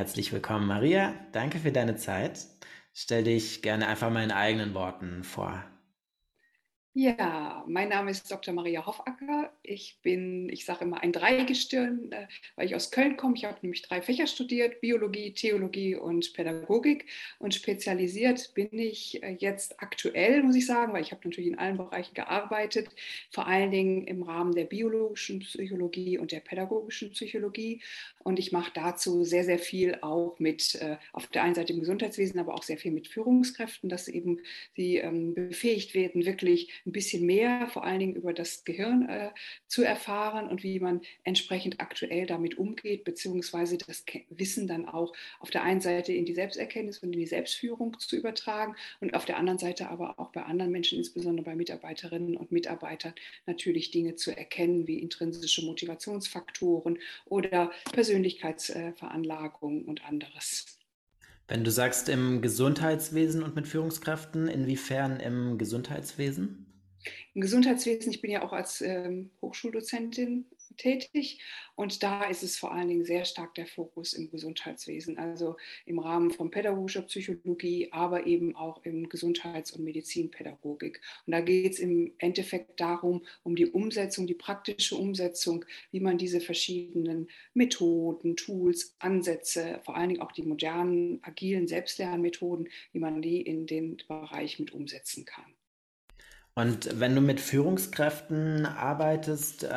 herzlich willkommen, Maria. Danke für deine Zeit. Stell dich gerne einfach mal in eigenen Worten vor. Ja, mein Name ist Dr. Maria Hoffacker. Ich sage immer ein Dreigestirn, weil ich aus Köln komme. Ich habe nämlich 3 Fächer studiert, Biologie, Theologie und Pädagogik. Und spezialisiert bin ich jetzt aktuell, muss ich sagen, weil ich habe natürlich in allen Bereichen gearbeitet, vor allen Dingen im Rahmen der biologischen Psychologie und der pädagogischen Psychologie. Und ich mache dazu sehr, sehr viel auch mit, auf der einen Seite im Gesundheitswesen, aber auch sehr viel mit Führungskräften, dass eben sie befähigt werden, wirklich ein bisschen mehr, vor allen Dingen über das Gehirn zu erfahren und wie man entsprechend aktuell damit umgeht, beziehungsweise das Wissen dann auch auf der einen Seite in die Selbsterkenntnis und in die Selbstführung zu übertragen und auf der anderen Seite aber auch bei anderen Menschen, insbesondere bei Mitarbeiterinnen und Mitarbeitern, natürlich Dinge zu erkennen wie intrinsische Motivationsfaktoren oder Persönlichkeitsveranlagungen und anderes. Wenn du sagst im Gesundheitswesen und mit Führungskräften, inwiefern im Gesundheitswesen? Im Gesundheitswesen, ich bin ja auch als Hochschuldozentin tätig und da ist es vor allen Dingen sehr stark der Fokus im Gesundheitswesen, also im Rahmen von pädagogischer Psychologie, aber eben auch im Gesundheits- und Medizinpädagogik. Und da geht es im Endeffekt darum, um die Umsetzung, die praktische Umsetzung, wie man diese verschiedenen Methoden, Tools, Ansätze, vor allen Dingen auch die modernen, agilen Selbstlernmethoden, wie man die in den Bereich mit umsetzen kann. Und wenn du mit Führungskräften arbeitest,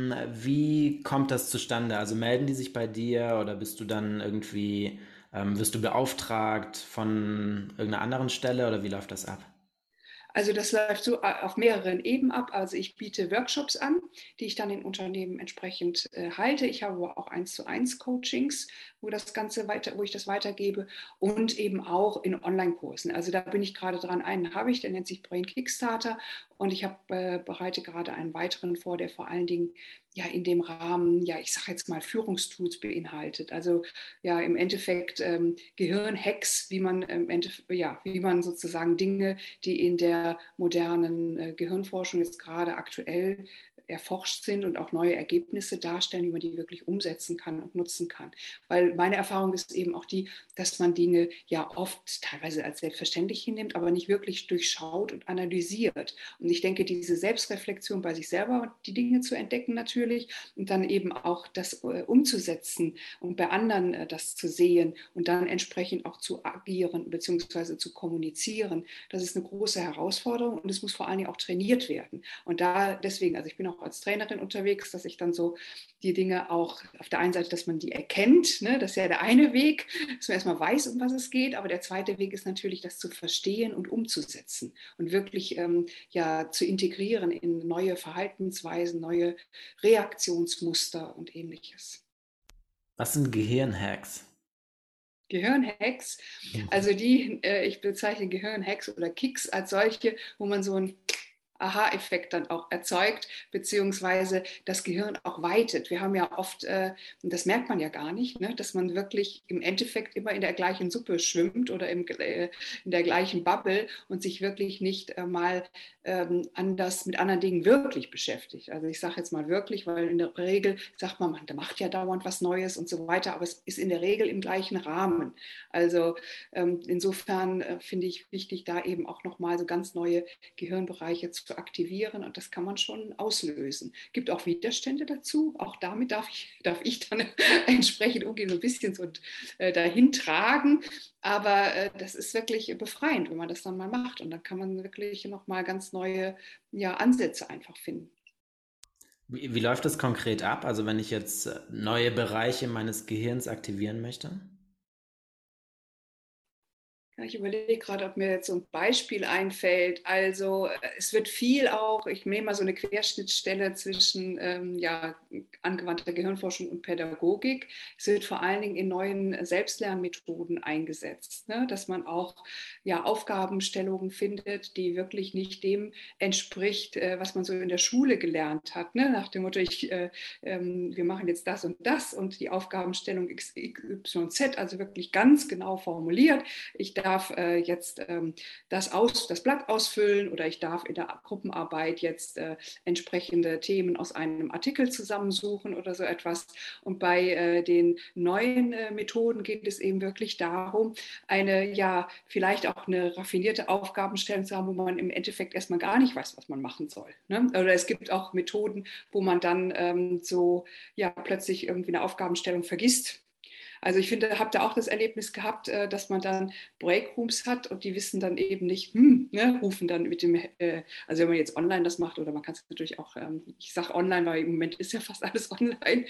wie kommt das zustande? Also melden die sich bei dir oder bist du dann irgendwie, wirst du beauftragt von irgendeiner anderen Stelle oder wie läuft das ab? Also das läuft so auf mehreren Ebenen ab. Also ich biete Workshops an, die ich dann in Unternehmen entsprechend halte. Ich habe aber auch 1:1 Coachings, wo ich das weitergebe und eben auch in Online-Kursen. Also da bin ich gerade dran. Einen habe ich, der nennt sich Brain Kickstarter und ich bereite gerade einen weiteren vor, der vor allen Dingen ja in dem Rahmen, ja ich sage jetzt mal Führungstools beinhaltet. Also ja im Endeffekt Gehirnhacks, wie man sozusagen Dinge, die in der modernen Gehirnforschung jetzt gerade aktuell erforscht sind und auch neue Ergebnisse darstellen, wie man die wirklich umsetzen kann und nutzen kann. Weil meine Erfahrung ist eben auch die, dass man Dinge ja oft teilweise als selbstverständlich hinnimmt, aber nicht wirklich durchschaut und analysiert. Und ich denke, diese Selbstreflexion bei sich selber und die Dinge zu entdecken natürlich und dann eben auch das umzusetzen und bei anderen das zu sehen und dann entsprechend auch zu agieren bzw. zu kommunizieren, das ist eine große Herausforderung und es muss vor allen Dingen auch trainiert werden. Und da deswegen, also ich bin auch als Trainerin unterwegs, dass ich dann so die Dinge auch auf der einen Seite, dass man die erkennt, ne, das ist ja der eine Weg, dass man erstmal weiß, um was es geht, aber der zweite Weg ist natürlich, das zu verstehen und umzusetzen und wirklich ja zu integrieren in neue Verhaltensweisen, neue Reaktionsmuster und ähnliches. Was sind Gehirnhacks? Gehirnhacks, also ich bezeichne Gehirnhacks oder Kicks als solche, wo man so ein Aha-Effekt dann auch erzeugt, beziehungsweise das Gehirn auch weitet. Wir haben ja oft, und das merkt man ja gar nicht, ne, dass man wirklich im Endeffekt immer in der gleichen Suppe schwimmt oder in der gleichen Bubble und sich wirklich nicht mal anders mit anderen Dingen wirklich beschäftigt. Also ich sage jetzt mal wirklich, weil in der Regel sagt man der macht ja dauernd was Neues und so weiter, aber es ist in der Regel im gleichen Rahmen. Also insofern finde ich wichtig, da eben auch nochmal so ganz neue Gehirnbereiche zu aktivieren und das kann man schon auslösen. Gibt auch Widerstände dazu, auch damit darf ich dann entsprechend umgehen, so ein bisschen so dahin tragen, aber das ist wirklich befreiend, wenn man das dann mal macht und dann kann man wirklich nochmal ganz neue ja, Ansätze einfach finden. Wie läuft das konkret ab? Also wenn ich jetzt neue Bereiche meines Gehirns aktivieren möchte? Ja, ich überlege gerade, ob mir jetzt so ein Beispiel einfällt. Also es wird viel auch, ich nehme mal so eine Querschnittstelle zwischen ja, angewandter Gehirnforschung und Pädagogik. Es wird vor allen Dingen in neuen Selbstlernmethoden eingesetzt, ne? Dass man auch ja, Aufgabenstellungen findet, die wirklich nicht dem entspricht, was man so in der Schule gelernt hat. Ne? Nach dem Motto, wir machen jetzt das und die Aufgabenstellung X, Y, Z, also wirklich ganz genau formuliert. Ich darf jetzt das Blatt ausfüllen oder ich darf in der Gruppenarbeit jetzt entsprechende Themen aus einem Artikel zusammensuchen oder so etwas. Und bei den neuen Methoden geht es eben wirklich darum, vielleicht auch eine raffinierte Aufgabenstellung zu haben, wo man im Endeffekt erstmal gar nicht weiß, was man machen soll. Ne? Oder es gibt auch Methoden, wo man dann plötzlich irgendwie eine Aufgabenstellung vergisst. Also ich finde, habe da auch das Erlebnis gehabt, dass man dann Breakrooms hat und die wissen dann eben nicht, rufen dann mit dem, also wenn man jetzt online das macht oder man kann es natürlich auch, ich sage online, weil im Moment ist ja fast alles online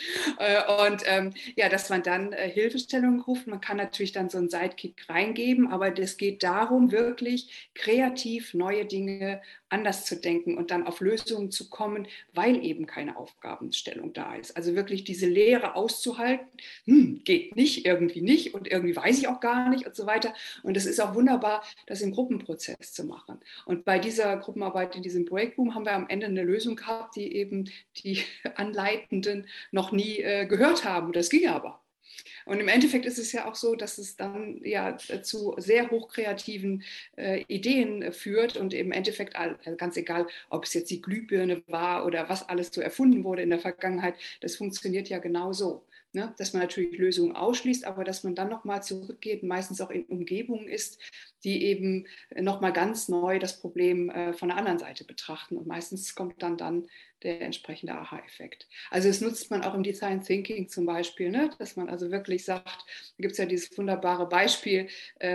dass man dann Hilfestellungen ruft. Man kann natürlich dann so einen Sidekick reingeben, aber es geht darum, wirklich kreativ neue Dinge anders zu denken und dann auf Lösungen zu kommen, weil eben keine Aufgabenstellung da ist. Also wirklich diese Leere auszuhalten, geht nicht, irgendwie nicht und irgendwie weiß ich auch gar nicht und so weiter. Und es ist auch wunderbar, das im Gruppenprozess zu machen. Und bei dieser Gruppenarbeit in diesem Breakroom haben wir am Ende eine Lösung gehabt, die eben die Anleitenden noch nie gehört haben. Das ging aber. Und im Endeffekt ist es ja auch so, dass es dann ja zu sehr hochkreativen Ideen führt und im Endeffekt, ganz egal, ob es jetzt die Glühbirne war oder was alles so erfunden wurde in der Vergangenheit, das funktioniert ja genauso. Ne? Dass man natürlich Lösungen ausschließt, aber dass man dann nochmal zurückgeht, meistens auch in Umgebungen ist, die eben nochmal ganz neu das Problem von der anderen Seite betrachten. Und meistens kommt dann der entsprechende Aha-Effekt. Also das nutzt man auch im Design Thinking zum Beispiel, ne? Dass man also wirklich sagt, da gibt es ja dieses wunderbare Beispiel,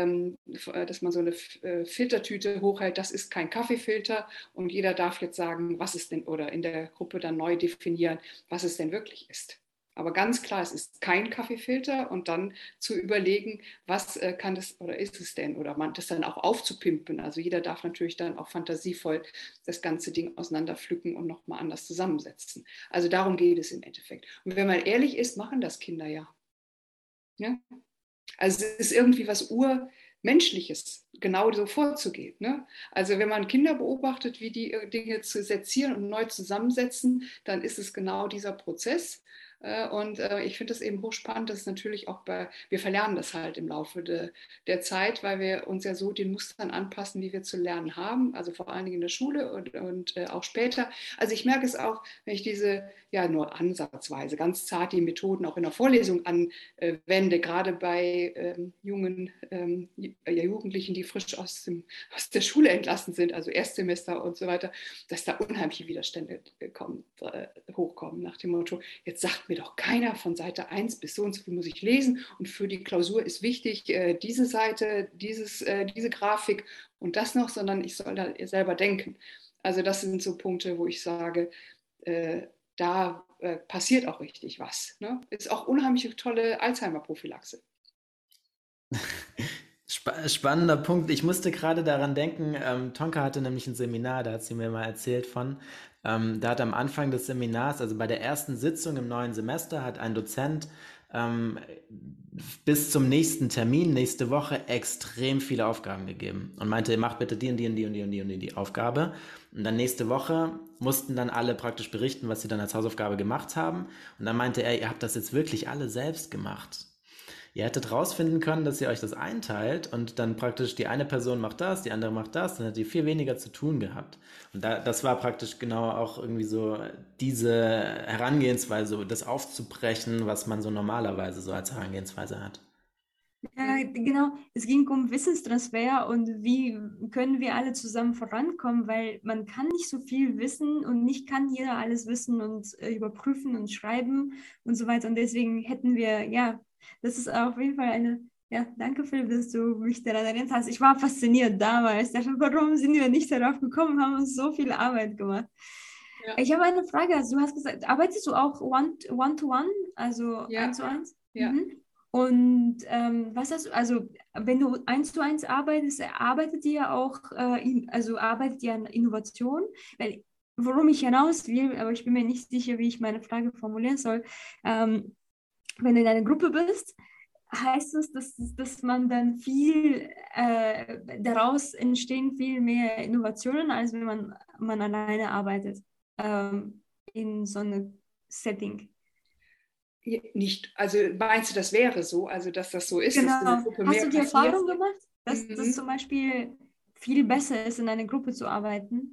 dass man so eine Filtertüte hochhält, das ist kein Kaffeefilter und jeder darf jetzt sagen, was es denn, oder in der Gruppe dann neu definieren, was es denn wirklich ist. Aber ganz klar, es ist kein Kaffeefilter und dann zu überlegen, was kann das oder ist es denn? Oder man das dann auch aufzupimpen. Also jeder darf natürlich dann auch fantasievoll das ganze Ding auseinanderpflücken und nochmal anders zusammensetzen. Also darum geht es im Endeffekt. Und wenn man ehrlich ist, machen das Kinder ja. Ja? Also es ist irgendwie was Urmenschliches, genau so vorzugehen. Ne? Also wenn man Kinder beobachtet, wie die Dinge zu sezieren und neu zusammensetzen, dann ist es genau dieser Prozess. Und ich finde es eben hochspannend, dass natürlich auch wir verlernen das halt im Laufe der Zeit, weil wir uns ja so den Mustern anpassen, wie wir zu lernen haben, also vor allen Dingen in der Schule und auch später. Also ich merke es auch, wenn ich diese, ja nur ansatzweise, ganz zart die Methoden auch in der Vorlesung anwende, gerade bei jungen Jugendlichen, die frisch aus der Schule entlassen sind, also Erstsemester und so weiter, dass da unheimliche Widerstände hochkommen nach dem Motto, jetzt sagt mir doch keiner von Seite 1 bis so und so viel muss ich lesen und für die Klausur ist wichtig diese Seite, diese Grafik und das noch, sondern ich soll da selber denken. Also das sind so Punkte, wo ich sage, da passiert auch richtig was. Ne? Ist auch unheimlich tolle Alzheimer-Prophylaxe. Spannender Punkt. Ich musste gerade daran denken, Tonka hatte nämlich ein Seminar, da hat sie mir mal erzählt von. Da hat am Anfang des Seminars, also bei der ersten Sitzung im neuen Semester, hat ein Dozent ähm, bis zum nächsten Termin, nächste Woche, extrem viele Aufgaben gegeben und meinte, macht bitte die und die und die und die und die und die Aufgabe. Und dann nächste Woche mussten dann alle praktisch berichten, was sie dann als Hausaufgabe gemacht haben. Und dann meinte er, ihr habt das jetzt wirklich alle selbst gemacht. Ihr hättet rausfinden können, dass ihr euch das einteilt und dann praktisch die eine Person macht das, die andere macht das, dann hättet ihr viel weniger zu tun gehabt. Und das war praktisch genau auch irgendwie so diese Herangehensweise, das aufzubrechen, was man so normalerweise so als Herangehensweise hat. Ja, genau, es ging um Wissenstransfer und wie können wir alle zusammen vorankommen, weil man kann nicht so viel wissen und nicht kann jeder alles wissen und überprüfen und schreiben und so weiter. Und deswegen hätten wir, ja, das ist auf jeden Fall ja, danke Philipp, dass du mich daran erinnert hast. Ich war fasziniert damals. Dachte, warum sind wir nicht darauf gekommen, haben uns so viel Arbeit gemacht. Ja. Ich habe eine Frage, also du hast gesagt, arbeitest du auch One-to-One, also Ja. 1:1? Ja. Mhm. Und was hast du, also wenn du 1:1 arbeitest, arbeitet ihr auch, also arbeitet ihr an Innovation? Weil, worum ich hinaus will, aber ich bin mir nicht sicher, wie ich meine Frage formulieren soll. Wenn du in einer Gruppe bist, heißt es, dass man dann daraus entstehen viel mehr Innovationen, als wenn man alleine arbeitet in so einem Setting. Nicht, also meinst du, das wäre so, also dass das so ist, dass in der Genau. Gruppe Hast mehr du die passiert? Erfahrung gemacht, dass das Mhm. zum Beispiel viel besser ist, in einer Gruppe zu arbeiten?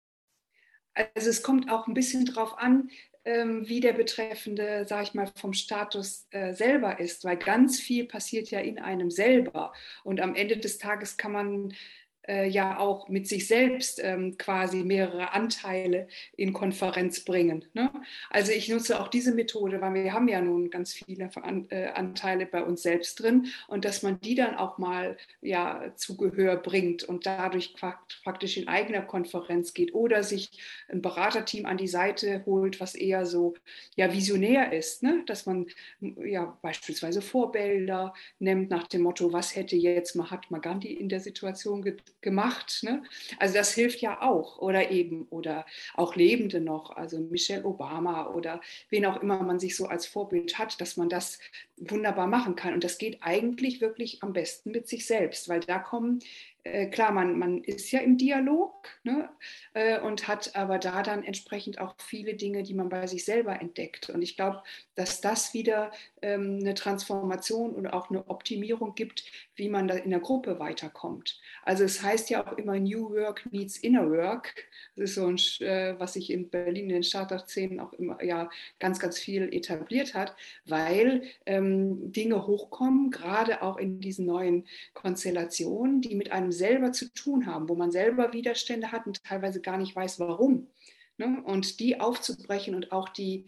Also es kommt auch ein bisschen drauf an, wie der Betreffende, sage ich mal, vom Status selber ist, weil ganz viel passiert ja in einem selber. Und am Ende des Tages kann man ja auch mit sich selbst quasi mehrere Anteile in Konferenz bringen. Ne? Also ich nutze auch diese Methode, weil wir haben ja nun ganz viele Anteile bei uns selbst drin und dass man die dann auch mal ja, zu Gehör bringt und dadurch praktisch in eigener Konferenz geht oder sich ein Beraterteam an die Seite holt, was eher so ja, visionär ist, ne? Dass man ja beispielsweise Vorbilder nimmt nach dem Motto, was hätte jetzt Mahatma Gandhi in der Situation gemacht. Ne? Also das hilft ja auch oder auch Lebende noch, also Michelle Obama oder wen auch immer man sich so als Vorbild hat, dass man das wunderbar machen kann. Und das geht eigentlich wirklich am besten mit sich selbst, weil da kommen klar, man ist ja im Dialog, ne, und hat aber da dann entsprechend auch viele Dinge, die man bei sich selber entdeckt. Und ich glaube, dass das wieder eine Transformation und auch eine Optimierung gibt, wie man da in der Gruppe weiterkommt. Also es heißt ja auch immer New Work meets Inner Work. Das ist so ein, was sich in Berlin in den Startup-Szenen auch immer ja ganz, ganz viel etabliert hat, weil Dinge hochkommen, gerade auch in diesen neuen Konstellationen, die mit einem selber zu tun haben, wo man selber Widerstände hat und teilweise gar nicht weiß, warum. Ne? Und die aufzubrechen und auch die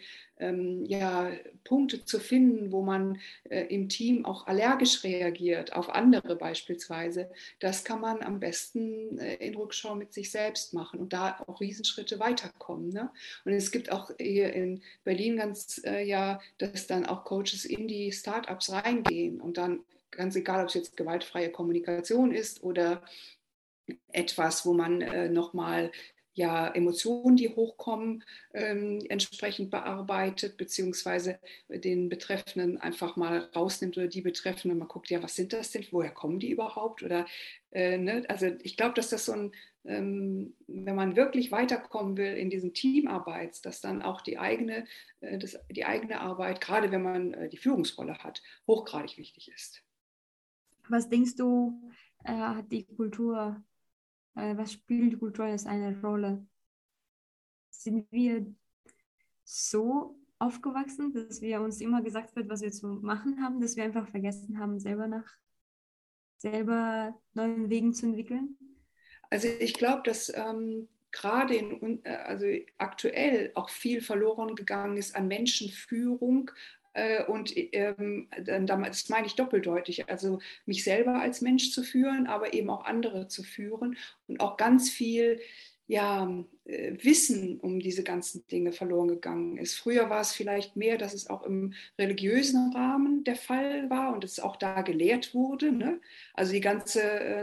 ja, Punkte zu finden, wo man im Team auch allergisch reagiert, auf andere beispielsweise, das kann man am besten in Rückschau mit sich selbst machen und da auch Riesenschritte weiterkommen. Ne? Und es gibt auch hier in Berlin ganz, ja, dass dann auch Coaches in die Startups reingehen und dann ganz egal, ob es jetzt gewaltfreie Kommunikation ist oder etwas, wo man nochmal ja, Emotionen, die hochkommen, entsprechend bearbeitet, beziehungsweise den Betreffenden einfach mal rausnimmt oder die Betreffenden mal guckt, ja, was sind das denn, woher kommen die überhaupt? Oder, ne? Also ich glaube, dass das so ein, wenn man wirklich weiterkommen will in diesem Teamarbeit, dass dann auch die eigene Arbeit, gerade wenn man die Führungsrolle hat, hochgradig wichtig ist. Was denkst du, hat die Kultur, was spielt die Kultur als eine Rolle? Sind wir so aufgewachsen, dass wir uns immer gesagt wird, was wir zu machen haben, dass wir einfach vergessen haben, selber neuen Wegen zu entwickeln? Also ich glaube, dass gerade also aktuell auch viel verloren gegangen ist an Menschenführung. Und das meine ich doppeldeutig, also mich selber als Mensch zu führen, aber eben auch andere zu führen und auch ganz viel ja, Wissen um diese ganzen Dinge verloren gegangen ist. Früher war es vielleicht mehr, dass es auch im religiösen Rahmen der Fall war und es auch da gelehrt wurde. Ne? Also die ganze,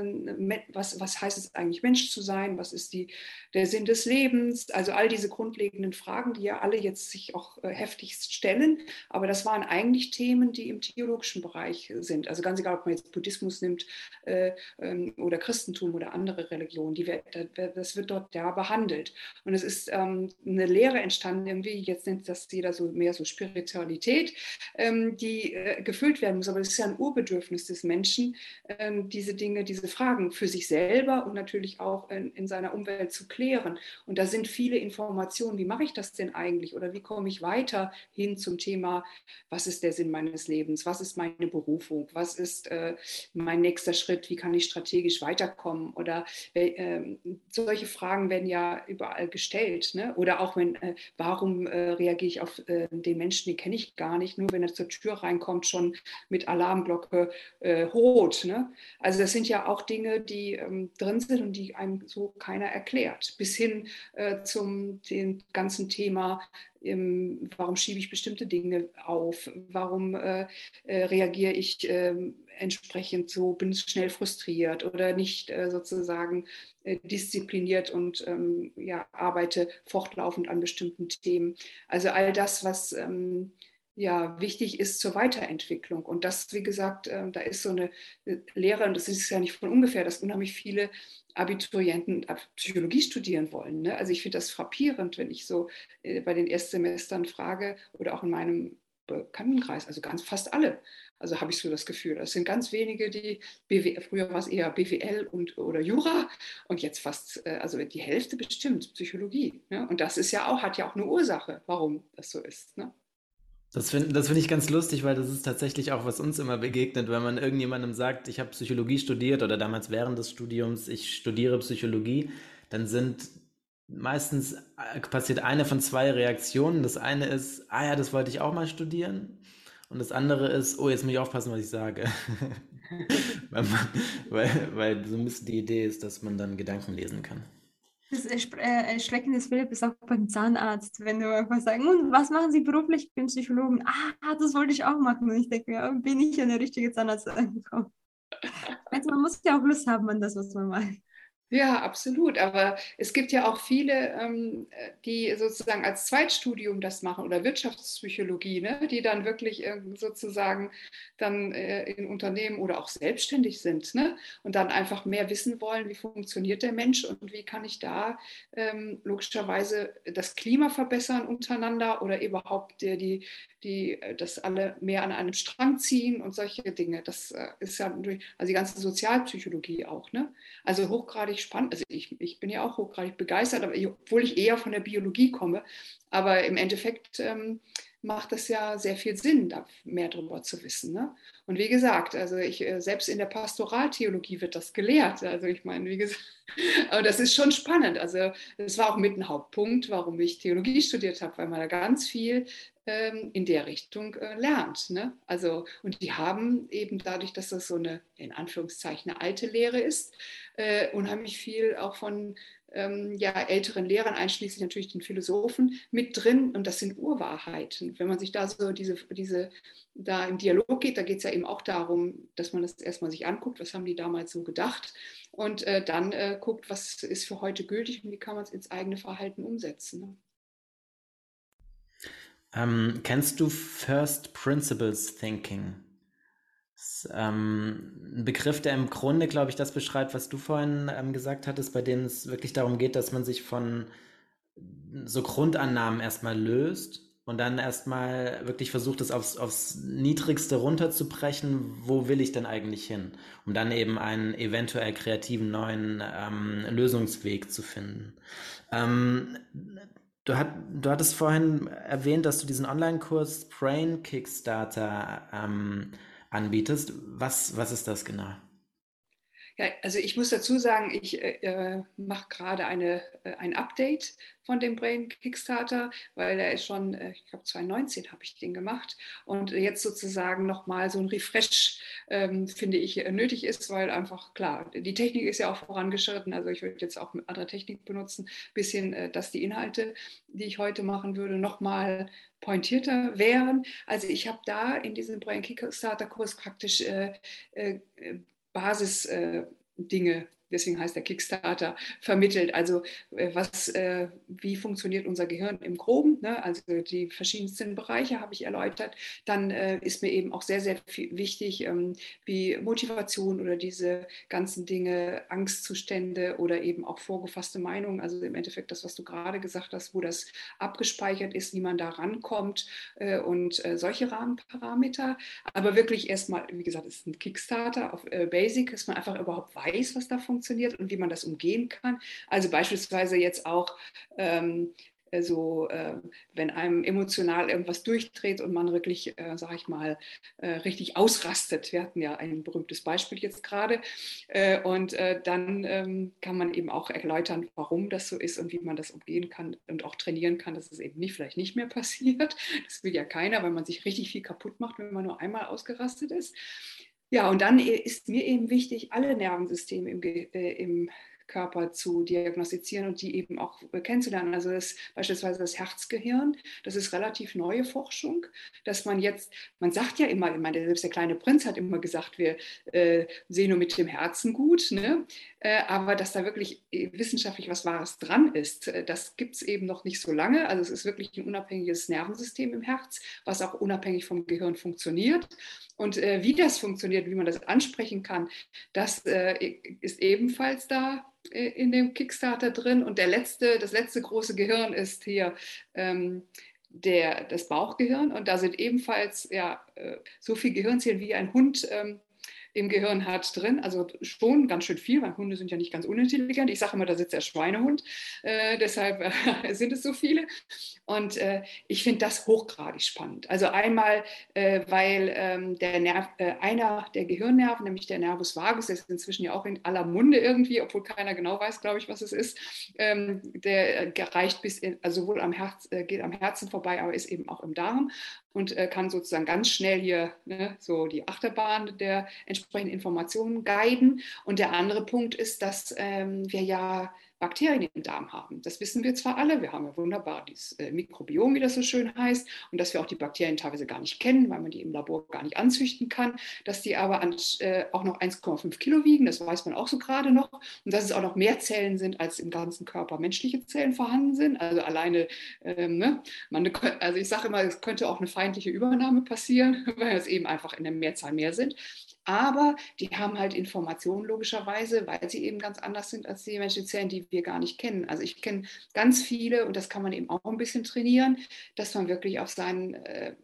was heißt es eigentlich, Mensch zu sein? Was ist der Sinn des Lebens? Also all diese grundlegenden Fragen, die ja alle jetzt sich auch heftigst stellen. Aber das waren eigentlich Themen, die im theologischen Bereich sind. Also ganz egal, ob man jetzt Buddhismus nimmt oder Christentum oder andere Religionen, das wird dort ja behandelt. Und es ist eine Lehre entstanden, irgendwie, jetzt nennt das jeder so mehr so Spiritualität, die gefüllt werden muss. Aber es ist ja ein Urbedürfnis des Menschen, diese Dinge, diese Fragen für sich selber und natürlich auch in seiner Umwelt zu klären. Und da sind viele Informationen, wie mache ich das denn eigentlich oder wie komme ich weiter hin zum Thema, was ist der Sinn meines Lebens, was ist meine Berufung, was ist mein nächster Schritt, wie kann ich strategisch weiterkommen oder solche Fragen werden ja überall gestellt. Ne? Oder auch wenn, warum reagiere ich auf den Menschen, den kenne ich gar nicht, nur wenn er zur Tür reinkommt, schon mit Alarmglocke rot. Ne? Also das sind ja auch Dinge, die drin sind und die einem so keiner erklärt. Bis hin zum dem ganzen Thema, warum schiebe ich bestimmte Dinge auf, warum reagiere ich entsprechend so, bin schnell frustriert oder nicht sozusagen diszipliniert und ja, arbeite fortlaufend an bestimmten Themen. Also all das, was ja, wichtig ist zur Weiterentwicklung. Und das, wie gesagt, da ist so eine Lehre, und das ist ja nicht von ungefähr, dass unheimlich viele Abiturienten Psychologie studieren wollen. Ne? Also ich finde das frappierend, wenn ich so bei den Erstsemestern frage oder auch in meinem Bekanntenkreis, also ganz fast alle. Also habe ich so das Gefühl. Das sind ganz wenige, die früher war es eher BWL oder Jura und jetzt fast, also die Hälfte bestimmt Psychologie. Ne? Und das ist ja auch, hat ja auch eine Ursache, warum das so ist. Ne? Das find ich ganz lustig, weil das ist tatsächlich auch, was uns immer begegnet, wenn man irgendjemandem sagt, ich habe Psychologie studiert oder damals während des Studiums, ich studiere Psychologie, dann sind meistens passiert eine von zwei Reaktionen. Das eine ist, ah ja, das wollte ich auch mal studieren. Und das andere ist, oh, jetzt muss ich aufpassen, was ich sage. weil, man, weil so ein bisschen die Idee ist, dass man dann Gedanken lesen kann. Das Erschreckende des Philipp ist auch beim Zahnarzt, wenn du einfach sagst, und was machen Sie beruflich? Ich bin Psychologen. Ah, das wollte ich auch machen. Und ich denke, ja, bin ich an der richtige Zahnarzt angekommen. Also man muss ja auch Lust haben an das, was man macht. Ja, absolut. Aber es gibt ja auch viele, die sozusagen als Zweitstudium das machen oder Wirtschaftspsychologie, ne? Die dann wirklich sozusagen dann in Unternehmen oder auch selbstständig sind, ne? Und dann einfach mehr wissen wollen, wie funktioniert der Mensch und wie kann ich da logischerweise das Klima verbessern untereinander oder überhaupt dass alle mehr an einem Strang ziehen und solche Dinge. Das ist ja durch, also die ganze Sozialpsychologie auch, ne? Also hochgradig spannend. Also ich bin ja auch hochgradig begeistert, obwohl ich eher von der Biologie komme. Aber im Endeffekt macht es ja sehr viel Sinn, da mehr darüber zu wissen. Ne? Und wie gesagt, also selbst in der Pastoraltheologie wird das gelehrt. Also ich meine, wie gesagt, aber das ist schon spannend. Also das war auch mit ein Hauptpunkt, warum ich Theologie studiert habe, weil man da ganz viel in der Richtung lernt. Ne? Also, und die haben eben dadurch, dass das so eine, in Anführungszeichen, eine alte Lehre ist, unheimlich viel auch von ja, älteren Lehrern, einschließlich natürlich den Philosophen, mit drin. Und das sind Urwahrheiten. Wenn man sich da so da im Dialog geht, da geht es ja eben auch darum, dass man das erstmal sich anguckt, was haben die damals so gedacht und dann guckt, was ist für heute gültig und wie kann man es ins eigene Verhalten umsetzen. Ne? Kennst du First Principles Thinking? Das ist ein Begriff, der im Grunde, glaube ich, das beschreibt, was du vorhin gesagt hattest, bei dem es wirklich darum geht, dass man sich von so Grundannahmen erstmal löst und dann erstmal wirklich versucht, es aufs Niedrigste runterzubrechen, wo will ich denn eigentlich hin, um dann eben einen eventuell kreativen neuen Lösungsweg zu finden. Ähm, du hattest vorhin erwähnt, dass du diesen Online-Kurs Brain Kickstarter anbietest. Was ist das genau? Ja, also ich muss dazu sagen, ich mache gerade ein Update von dem Brain Kickstarter, weil er ist schon, ich glaube 2019 habe ich den gemacht und jetzt sozusagen nochmal so ein Refresh, finde ich, nötig ist, weil einfach klar, die Technik ist ja auch vorangeschritten, also ich würde jetzt auch mit anderer Technik benutzen, ein bisschen, dass die Inhalte, die ich heute machen würde, nochmal pointierter wären. Also ich habe da in diesem Brain Kickstarter-Kurs praktisch äh, Basisdinge, deswegen heißt der Kickstarter, vermittelt. Also wie funktioniert unser Gehirn im Groben? Ne? Also die verschiedensten Bereiche habe ich erläutert. Dann ist mir eben auch sehr, sehr wichtig, wie Motivation oder diese ganzen Dinge, Angstzustände oder eben auch vorgefasste Meinungen. Also im Endeffekt das, was du gerade gesagt hast, wo das abgespeichert ist, wie man da rankommt und solche Rahmenparameter. Aber wirklich erstmal, wie gesagt, es ist ein Kickstarter auf Basic, dass man einfach überhaupt weiß, was da funktioniert und wie man das umgehen kann. Also beispielsweise jetzt auch wenn einem emotional irgendwas durchdreht und man wirklich, sage ich mal, richtig ausrastet. Wir hatten ja ein berühmtes Beispiel jetzt gerade. Und dann kann man eben auch erläutern, warum das so ist und wie man das umgehen kann und auch trainieren kann, dass es eben vielleicht nicht mehr passiert. Das will ja keiner, weil man sich richtig viel kaputt macht, wenn man nur einmal ausgerastet ist. Ja, und dann ist mir eben wichtig, alle Nervensysteme im Körper zu diagnostizieren und die eben auch kennenzulernen. Also beispielsweise das Herzgehirn, das ist relativ neue Forschung, dass man sagt ja immer, ich meine, selbst der kleine Prinz hat immer gesagt, wir sehen nur mit dem Herzen gut, ne? Aber dass da wirklich wissenschaftlich was Wahres dran ist, das gibt es eben noch nicht so lange. Also es ist wirklich ein unabhängiges Nervensystem im Herz, was auch unabhängig vom Gehirn funktioniert. Und wie das funktioniert, wie man das ansprechen kann, das ist ebenfalls da in dem Kickstarter drin. Und das letzte große Gehirn ist hier das Bauchgehirn und da sind ebenfalls so viele Gehirnzellen wie ein Hund im Gehirn hat drin, also schon ganz schön viel, weil Hunde sind ja nicht ganz unintelligent. Ich sage immer, da sitzt der Schweinehund, deshalb sind es so viele. Und ich finde das hochgradig spannend. Also einmal, weil einer der Gehirnnerven, nämlich der Nervus vagus, der ist inzwischen ja auch in aller Munde irgendwie, obwohl keiner genau weiß, glaube ich, was es ist, der reicht also sowohl geht am Herzen vorbei, aber ist eben auch im Darm und kann sozusagen ganz schnell hier so die Achterbahn der entsprechenden Informationen guiden. Und der andere Punkt ist, dass wir ja Bakterien im Darm haben. Das wissen wir zwar alle, wir haben ja wunderbar dieses Mikrobiom, wie das so schön heißt, und dass wir auch die Bakterien teilweise gar nicht kennen, weil man die im Labor gar nicht anzüchten kann, dass die aber auch noch 1,5 Kilo wiegen, das weiß man auch so gerade noch, und dass es auch noch mehr Zellen sind, als im ganzen Körper menschliche Zellen vorhanden sind. Also alleine, also ich sage immer, es könnte auch eine feindliche Übernahme passieren, weil es eben einfach in der Mehrzahl mehr sind. Aber die haben halt Informationen logischerweise, weil sie eben ganz anders sind als die menschlichen Zellen, die wir gar nicht kennen. Also ich kenne ganz viele und das kann man eben auch ein bisschen trainieren, dass man wirklich auf seinen,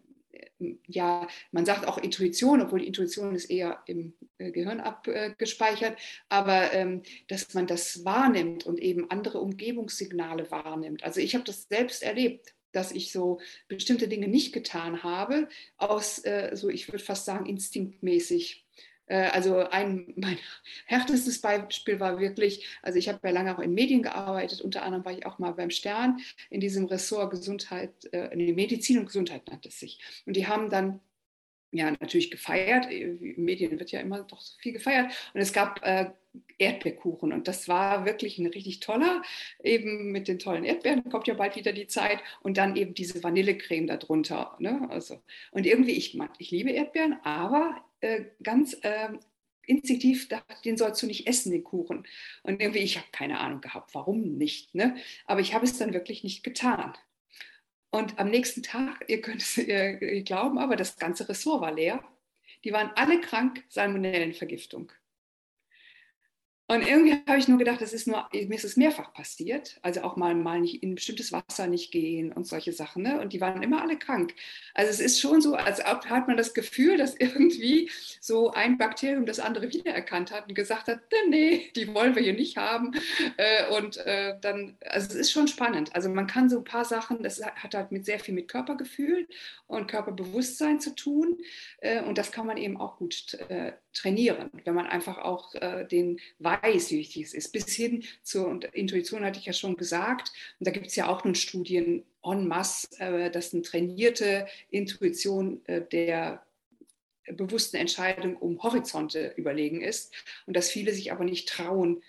man sagt auch Intuition, obwohl die Intuition ist eher im Gehirn abgespeichert, aber dass man das wahrnimmt und eben andere Umgebungssignale wahrnimmt. Also ich habe das selbst erlebt, dass ich so bestimmte Dinge nicht getan habe, so ich würde fast sagen, instinktmäßig. Also mein härtestes Beispiel war wirklich, also ich habe ja lange auch in Medien gearbeitet, unter anderem war ich auch mal beim Stern in diesem Ressort Gesundheit, Medizin und Gesundheit nannte es sich. Und die haben dann ja natürlich gefeiert, in Medien wird ja immer doch so viel gefeiert und es gab Erdbeerkuchen und das war wirklich ein richtig toller, eben mit den tollen Erdbeeren, kommt ja bald wieder die Zeit und dann eben diese Vanillecreme darunter. Ne? Also, und irgendwie, ich liebe Erdbeeren, aber ganz instinktiv dachte, den sollst du nicht essen, den Kuchen. Und irgendwie, ich habe keine Ahnung gehabt, warum nicht. Ne? Aber ich habe es dann wirklich nicht getan. Und am nächsten Tag, ihr könnt es glauben, aber das ganze Ressort war leer. Die waren alle krank, Salmonellenvergiftung. Und irgendwie habe ich nur gedacht, mir ist es mehrfach passiert, also auch mal nicht in bestimmtes Wasser nicht gehen und solche Sachen. Ne? Und die waren immer alle krank. Also es ist schon so, als ob hat man das Gefühl, dass irgendwie so ein Bakterium das andere wiedererkannt hat und gesagt hat, nee, die wollen wir hier nicht haben. Also es ist schon spannend. Also man kann so ein paar Sachen, das hat halt sehr viel mit Körpergefühl und Körperbewusstsein zu tun. Und das kann man eben auch gut trainieren, wenn man einfach auch den weiß, wie wichtig es ist. Bis hin zur Intuition hatte ich ja schon gesagt. Und da gibt es ja auch nun Studien en masse, dass eine trainierte Intuition der bewussten Entscheidung um Horizonte überlegen ist und dass viele sich aber nicht trauen,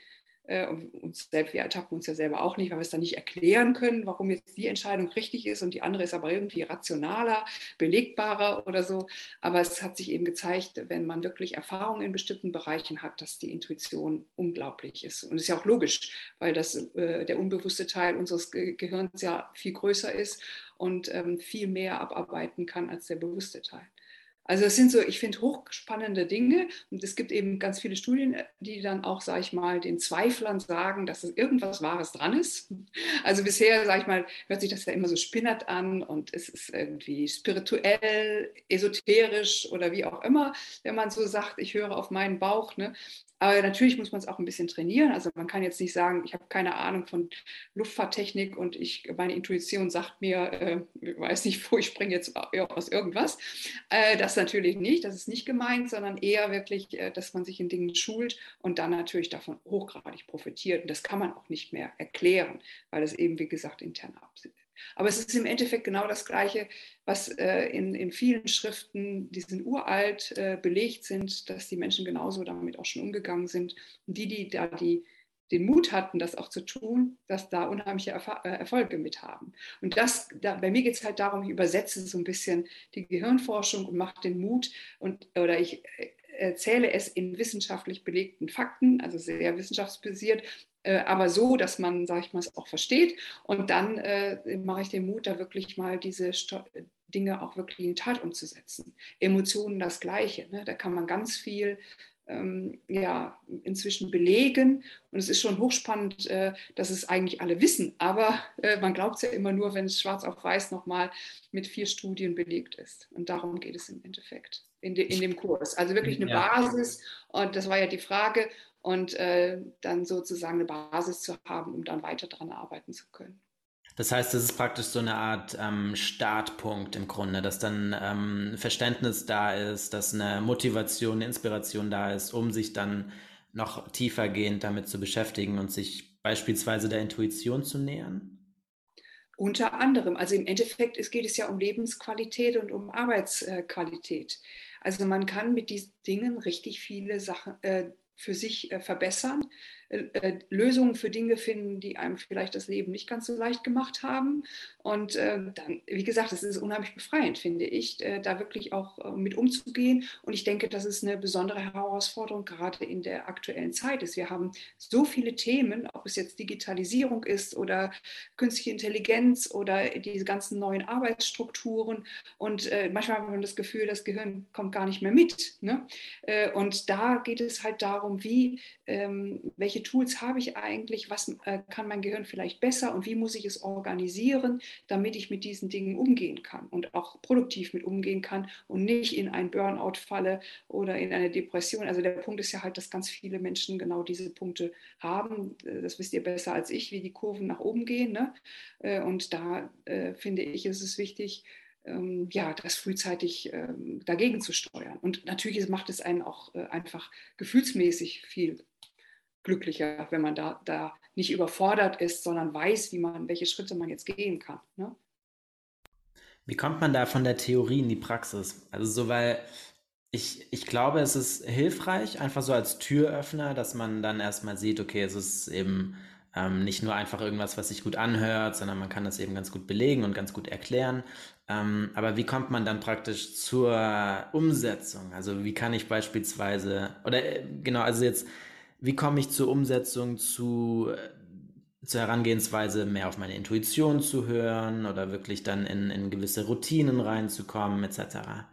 wir ertappen uns ja selber auch nicht, weil wir es dann nicht erklären können, warum jetzt die Entscheidung richtig ist und die andere ist aber irgendwie rationaler, belegbarer oder so. Aber es hat sich eben gezeigt, wenn man wirklich Erfahrung in bestimmten Bereichen hat, dass die Intuition unglaublich ist. Und es ist ja auch logisch, weil der unbewusste Teil unseres Gehirns ja viel größer ist und viel mehr abarbeiten kann als der bewusste Teil. Also das sind so, ich finde, hochspannende Dinge und es gibt eben ganz viele Studien, die dann auch, sage ich mal, den Zweiflern sagen, dass es irgendwas Wahres dran ist. Also bisher, sage ich mal, hört sich das ja immer so spinnert an und es ist irgendwie spirituell, esoterisch oder wie auch immer, wenn man so sagt, ich höre auf meinen Bauch. Ne? Aber natürlich muss man es auch ein bisschen trainieren. Also man kann jetzt nicht sagen, ich habe keine Ahnung von Luftfahrttechnik und meine Intuition sagt mir, ich weiß nicht, wo ich springe jetzt aus irgendwas. Das natürlich nicht, das ist nicht gemeint, sondern eher wirklich, dass man sich in Dingen schult und dann natürlich davon hochgradig profitiert. Und das kann man auch nicht mehr erklären, weil es eben, wie gesagt, intern absitzt. Aber es ist im Endeffekt genau das Gleiche, was in vielen Schriften, die sind uralt, belegt sind, dass die Menschen genauso damit auch schon umgegangen sind. Und die da den Mut hatten, das auch zu tun, dass da unheimliche Erfolge mit haben. Und bei mir geht es halt darum, ich übersetze so ein bisschen die Gehirnforschung und mache den Mut oder ich erzähle es in wissenschaftlich belegten Fakten, also sehr wissenschaftsbasiert, aber so, dass man, sage ich mal, es auch versteht. Und dann mache ich den Mut, da wirklich mal diese Dinge auch wirklich in die Tat umzusetzen. Emotionen das Gleiche. Ne? Da kann man ganz viel ja, inzwischen belegen. Und es ist schon hochspannend, dass es eigentlich alle wissen. Aber man glaubt es ja immer nur, wenn es schwarz auf weiß nochmal mit 4 Studien belegt ist. Und darum geht es im Endeffekt in dem Kurs. Also wirklich eine Ja. Basis. Und das war ja die Frage. Und dann sozusagen eine Basis zu haben, um dann weiter daran arbeiten zu können. Das heißt, es ist praktisch so eine Art Startpunkt im Grunde, dass dann Verständnis da ist, dass eine Motivation, eine Inspiration da ist, um sich dann noch tiefergehend damit zu beschäftigen und sich beispielsweise der Intuition zu nähern. Unter anderem, also im Endeffekt geht es ja um Lebensqualität und um Arbeitsqualität. Also man kann mit diesen Dingen richtig viele Sachen für sich verbessern, Lösungen für Dinge finden, die einem vielleicht das Leben nicht ganz so leicht gemacht haben. Und dann, wie gesagt, es ist unheimlich befreiend, finde ich, da wirklich auch mit umzugehen. Und ich denke, dass es eine besondere Herausforderung gerade in der aktuellen Zeit ist. Wir haben so viele Themen, ob es jetzt Digitalisierung ist oder künstliche Intelligenz oder diese ganzen neuen Arbeitsstrukturen. Und manchmal hat man das Gefühl, das Gehirn kommt gar nicht mehr mit. Ne? Und da geht es halt darum, welche Tools habe ich eigentlich, was kann mein Gehirn vielleicht besser und wie muss ich es organisieren, damit ich mit diesen Dingen umgehen kann und auch produktiv mit umgehen kann und nicht in ein Burnout falle oder in eine Depression. Also der Punkt ist ja halt, dass ganz viele Menschen genau diese Punkte haben. Das wisst ihr besser als ich, wie die Kurven nach oben gehen. Ne? Und da finde ich, ist es wichtig, ja, das frühzeitig dagegen zu steuern. Und natürlich macht es einen auch einfach gefühlsmäßig viel glücklicher, wenn man da nicht überfordert ist, sondern weiß, welche Schritte man jetzt gehen kann. Ne? Wie kommt man da von der Theorie in die Praxis? Also so, weil ich glaube, es ist hilfreich, einfach so als Türöffner, dass man dann erstmal sieht, okay, es ist eben nicht nur einfach irgendwas, was sich gut anhört, sondern man kann das eben ganz gut belegen und ganz gut erklären. Aber wie kommt man dann praktisch zur Umsetzung? Also wie kann ich beispielsweise, oder genau, also jetzt, wie komme ich zur Umsetzung, zur Herangehensweise, mehr auf meine Intuition zu hören oder wirklich dann in gewisse Routinen reinzukommen, etc.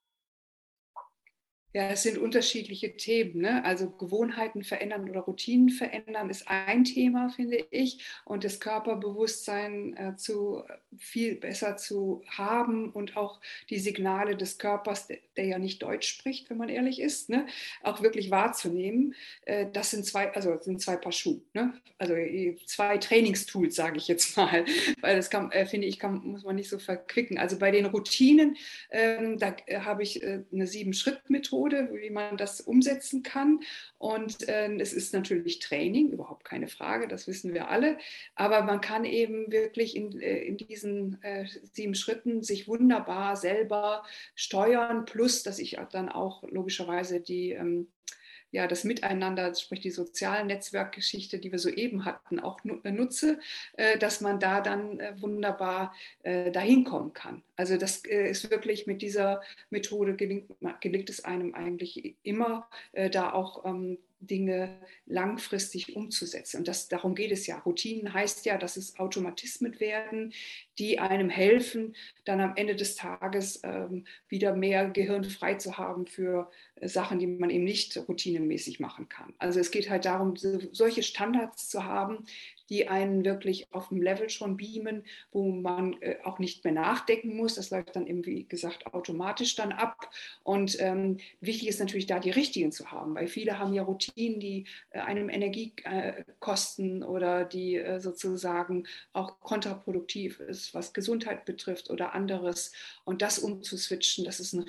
Ja, es sind unterschiedliche Themen. Ne? Also Gewohnheiten verändern oder Routinen verändern ist ein Thema, finde ich. Und das Körperbewusstsein viel besser zu haben und auch die Signale des Körpers, der ja nicht Deutsch spricht, wenn man ehrlich ist, ne? Auch wirklich wahrzunehmen. Das sind sind zwei Paar Schuhe. Ne? Also 2 Trainingstools, sage ich jetzt mal. Weil das finde ich, muss man nicht so verquicken. Also bei den Routinen, da habe ich eine 7-Schritt-Methode, wie man das umsetzen kann. Und es ist natürlich Training, überhaupt keine Frage, das wissen wir alle. Aber man kann eben wirklich in diesen 7 Schritten sich wunderbar selber steuern, plus dass ich dann auch logischerweise ja, das Miteinander, sprich die sozialen Netzwerkgeschichte, die wir soeben hatten, auch nutze, dass man da dann wunderbar dahin kommen kann. Also das ist wirklich mit dieser Methode gelingt es einem eigentlich immer, da auch Dinge langfristig umzusetzen. Und darum geht es ja. Routinen heißt ja, dass es Automatismen werden, die einem helfen, dann am Ende des Tages wieder mehr Gehirn frei zu haben für Sachen, die man eben nicht routinemäßig machen kann. Also es geht halt darum, solche Standards zu haben, die einen wirklich auf dem Level schon beamen, wo man auch nicht mehr nachdenken muss. Das läuft dann eben, wie gesagt, automatisch dann ab. Und wichtig ist natürlich da die richtigen zu haben, weil viele haben ja Routinen, die einem Energie kosten oder die sozusagen auch kontraproduktiv ist, was Gesundheit betrifft oder anderes. Und das umzuswitchen, das ist ein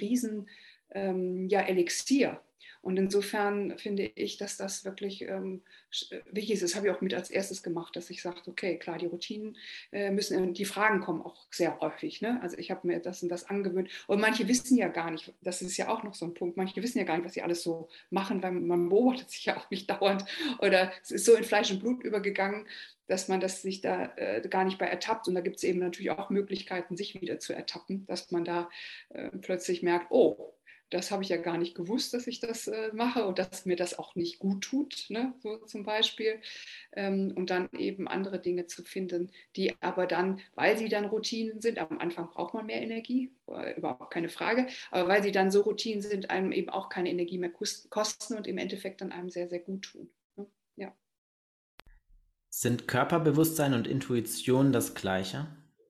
ja, Elixier. Und insofern finde ich, dass das wirklich wichtig ist. Das habe ich auch mit als erstes gemacht, dass ich sage, okay, klar, die Routinen die Fragen kommen auch sehr häufig. Ne? Also ich habe mir das und das angewöhnt. Und manche wissen ja gar nicht, das ist ja auch noch so ein Punkt, manche wissen ja gar nicht, was sie alles so machen, weil man beobachtet sich ja auch nicht dauernd. Oder es ist so in Fleisch und Blut übergegangen, dass man sich da gar nicht bei ertappt. Und da gibt es eben natürlich auch Möglichkeiten, sich wieder zu ertappen, dass man da plötzlich merkt, oh, das habe ich ja gar nicht gewusst, dass ich das mache und dass mir das auch nicht gut tut, ne? So zum Beispiel. Und dann eben andere Dinge zu finden, die aber dann, weil sie dann Routinen sind, am Anfang braucht man mehr Energie, überhaupt keine Frage, aber weil sie dann so Routinen sind, einem eben auch keine Energie mehr kosten und im Endeffekt dann einem sehr, sehr gut tun. Ne? Ja. Sind Körperbewusstsein und Intuition das Gleiche?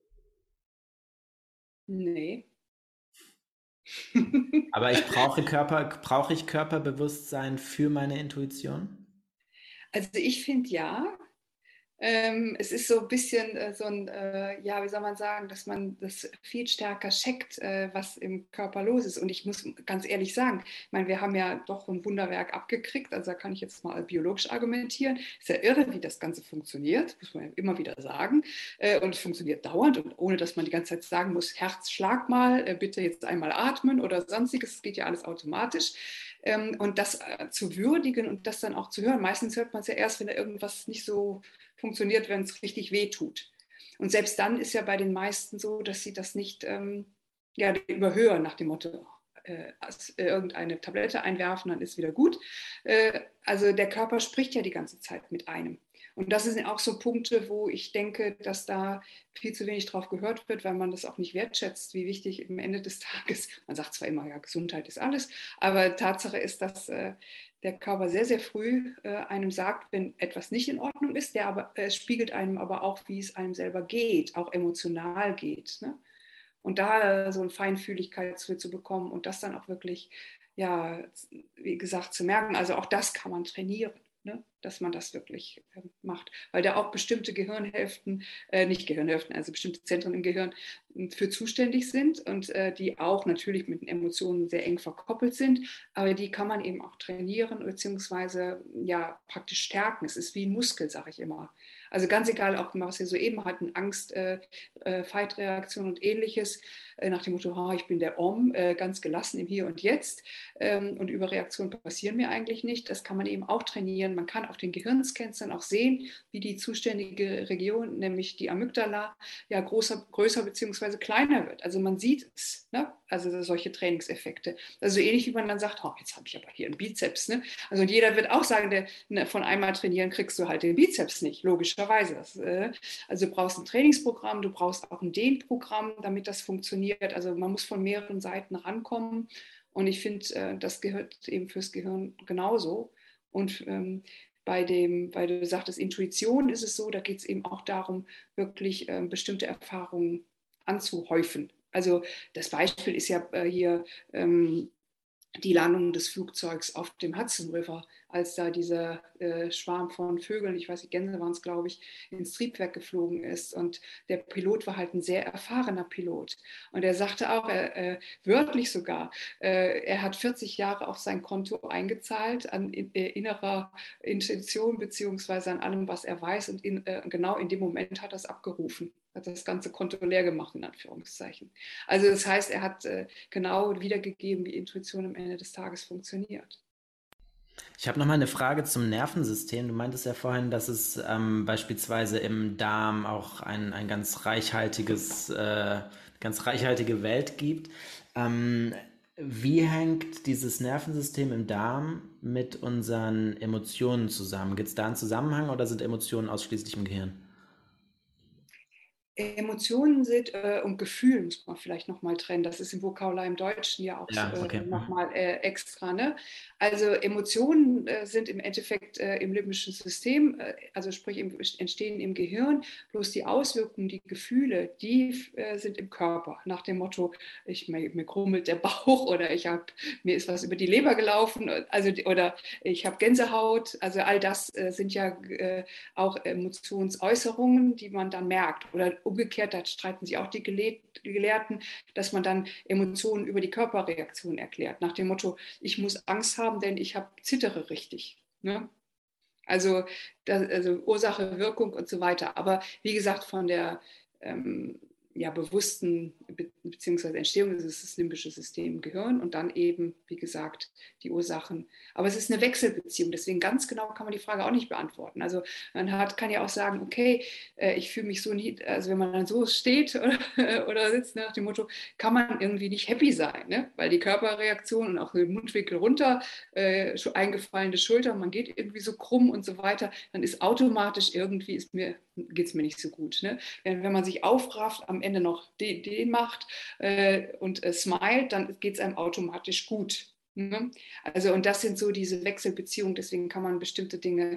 Nee. Aber brauche ich Körperbewusstsein für meine Intuition? Also ich finde ja, es ist so ein bisschen so ein, ja, wie soll man sagen, dass man das viel stärker checkt, was im Körper los ist. Und ich muss ganz ehrlich sagen, ich meine, wir haben ja doch ein Wunderwerk abgekriegt, also da kann ich jetzt mal biologisch argumentieren. Ist ja irre, wie das Ganze funktioniert, muss man ja immer wieder sagen. Und es funktioniert dauernd und ohne, dass man die ganze Zeit sagen muss, Herz, schlag mal, bitte jetzt einmal atmen oder sonstiges, es geht ja alles automatisch. Und das zu würdigen und das dann auch zu hören. Meistens hört man es ja erst, wenn da irgendwas nicht so funktioniert, wenn es richtig weh tut. Und selbst dann ist ja bei den meisten so, dass sie das nicht ja, überhören nach dem Motto, irgendeine Tablette einwerfen, dann ist wieder gut. Also der Körper spricht ja die ganze Zeit mit einem. Und das sind auch so Punkte, wo ich denke, dass da viel zu wenig drauf gehört wird, weil man das auch nicht wertschätzt, wie wichtig am Ende des Tages, man sagt zwar immer, ja, Gesundheit ist alles, aber Tatsache ist, dass der Körper sehr, sehr früh einem sagt, wenn etwas nicht in Ordnung ist, es spiegelt einem aber auch, wie es einem selber geht, auch emotional geht. Ne? Und da so eine Feinfühligkeit zu bekommen und das dann auch wirklich, ja, wie gesagt, zu merken, also auch das kann man trainieren. Ne, dass man das wirklich macht, weil da auch bestimmte Gehirnhälften, nicht Gehirnhälften, also bestimmte Zentren im Gehirn für zuständig sind und die auch natürlich mit den Emotionen sehr eng verkoppelt sind, aber die kann man eben auch trainieren beziehungsweise ja praktisch stärken. Es ist wie ein Muskel, sage ich immer. Also ganz egal, auch was wir soeben hatten, Angst, Fight-Reaktion und ähnliches, nach dem Motto, oh, ich bin der Om, ganz gelassen im Hier und Jetzt und Überreaktionen passieren mir eigentlich nicht. Das kann man eben auch trainieren. Man kann auf den Gehirnscans dann auch sehen, wie die zuständige Region, nämlich die Amygdala, ja größer bzw. kleiner wird. Also man sieht es, ne? Also solche Trainingseffekte. Also ähnlich wie man dann sagt, oh, jetzt habe ich aber hier einen Bizeps. Ne? Also und jeder wird auch sagen, von einmal trainieren kriegst du halt den Bizeps nicht, logischerweise. Also du brauchst ein Trainingsprogramm, du brauchst auch ein Dehnprogramm, damit das funktioniert. Also man muss von mehreren Seiten rankommen. Und ich finde, das gehört eben fürs Gehirn genauso. Und weil du sagtest, Intuition ist es so, da geht es eben auch darum, wirklich bestimmte Erfahrungen anzuhäufen. Also das Beispiel ist ja hier die Landung des Flugzeugs auf dem Hudson River, als da dieser Schwarm von Vögeln, ich weiß nicht, Gänse waren es, glaube ich, ins Triebwerk geflogen ist. Und der Pilot war halt ein sehr erfahrener Pilot. Und er sagte auch, wörtlich sogar, er hat 40 Jahre auf sein Konto eingezahlt an innerer Intention beziehungsweise an allem, was er weiß. Und genau in dem Moment hat er es abgerufen, hat das ganze Konto leer gemacht, in Anführungszeichen. Also das heißt, er hat genau wiedergegeben, wie Intuition am Ende des Tages funktioniert. Ich habe noch mal eine Frage zum Nervensystem. Du meintest ja vorhin, dass es beispielsweise im Darm auch ein ganz reichhaltige Welt gibt. Wie hängt dieses Nervensystem im Darm mit unseren Emotionen zusammen? Gibt es da einen Zusammenhang oder sind Emotionen ausschließlich im Gehirn? Emotionen sind und Gefühl muss man vielleicht nochmal trennen. Das ist im Vokabular im Deutschen ja auch Ja, okay. nochmal extra. Ne? Also Emotionen sind im Endeffekt im limbischen System, also sprich entstehen im Gehirn, bloß die Auswirkungen, die Gefühle, die sind im Körper. Nach dem Motto, mir krummelt der Bauch oder mir ist was über die Leber gelaufen, also, oder ich habe Gänsehaut. Also all das sind ja auch Emotionsäußerungen, die man dann merkt. Oder umgekehrt, da streiten sich auch die Gelehrten, dass man dann Emotionen über die Körperreaktion erklärt. Nach dem Motto, ich muss Angst haben, denn ich zittere richtig. Ne? Also Ursache, Wirkung und so weiter. Aber wie gesagt, von der ja, bewussten beziehungsweise Entstehung ist das limbische System im Gehirn und dann eben, wie gesagt, die Ursachen. Aber es ist eine Wechselbeziehung, deswegen ganz genau kann man die Frage auch nicht beantworten. Also kann ja auch sagen, okay, ich fühle mich so nie, also wenn man dann so steht oder sitzt nach dem Motto, kann man irgendwie nicht happy sein, ne? Weil die Körperreaktion und auch der Mundwinkel runter, eingefallene Schulter, man geht irgendwie so krumm und so weiter, dann ist automatisch irgendwie, geht es mir nicht so gut. Ne? Wenn man sich aufrafft, am Ende noch den macht und smilet, dann geht es einem automatisch gut. Ne? Also und das sind so diese Wechselbeziehungen, deswegen kann man bestimmte Dinge,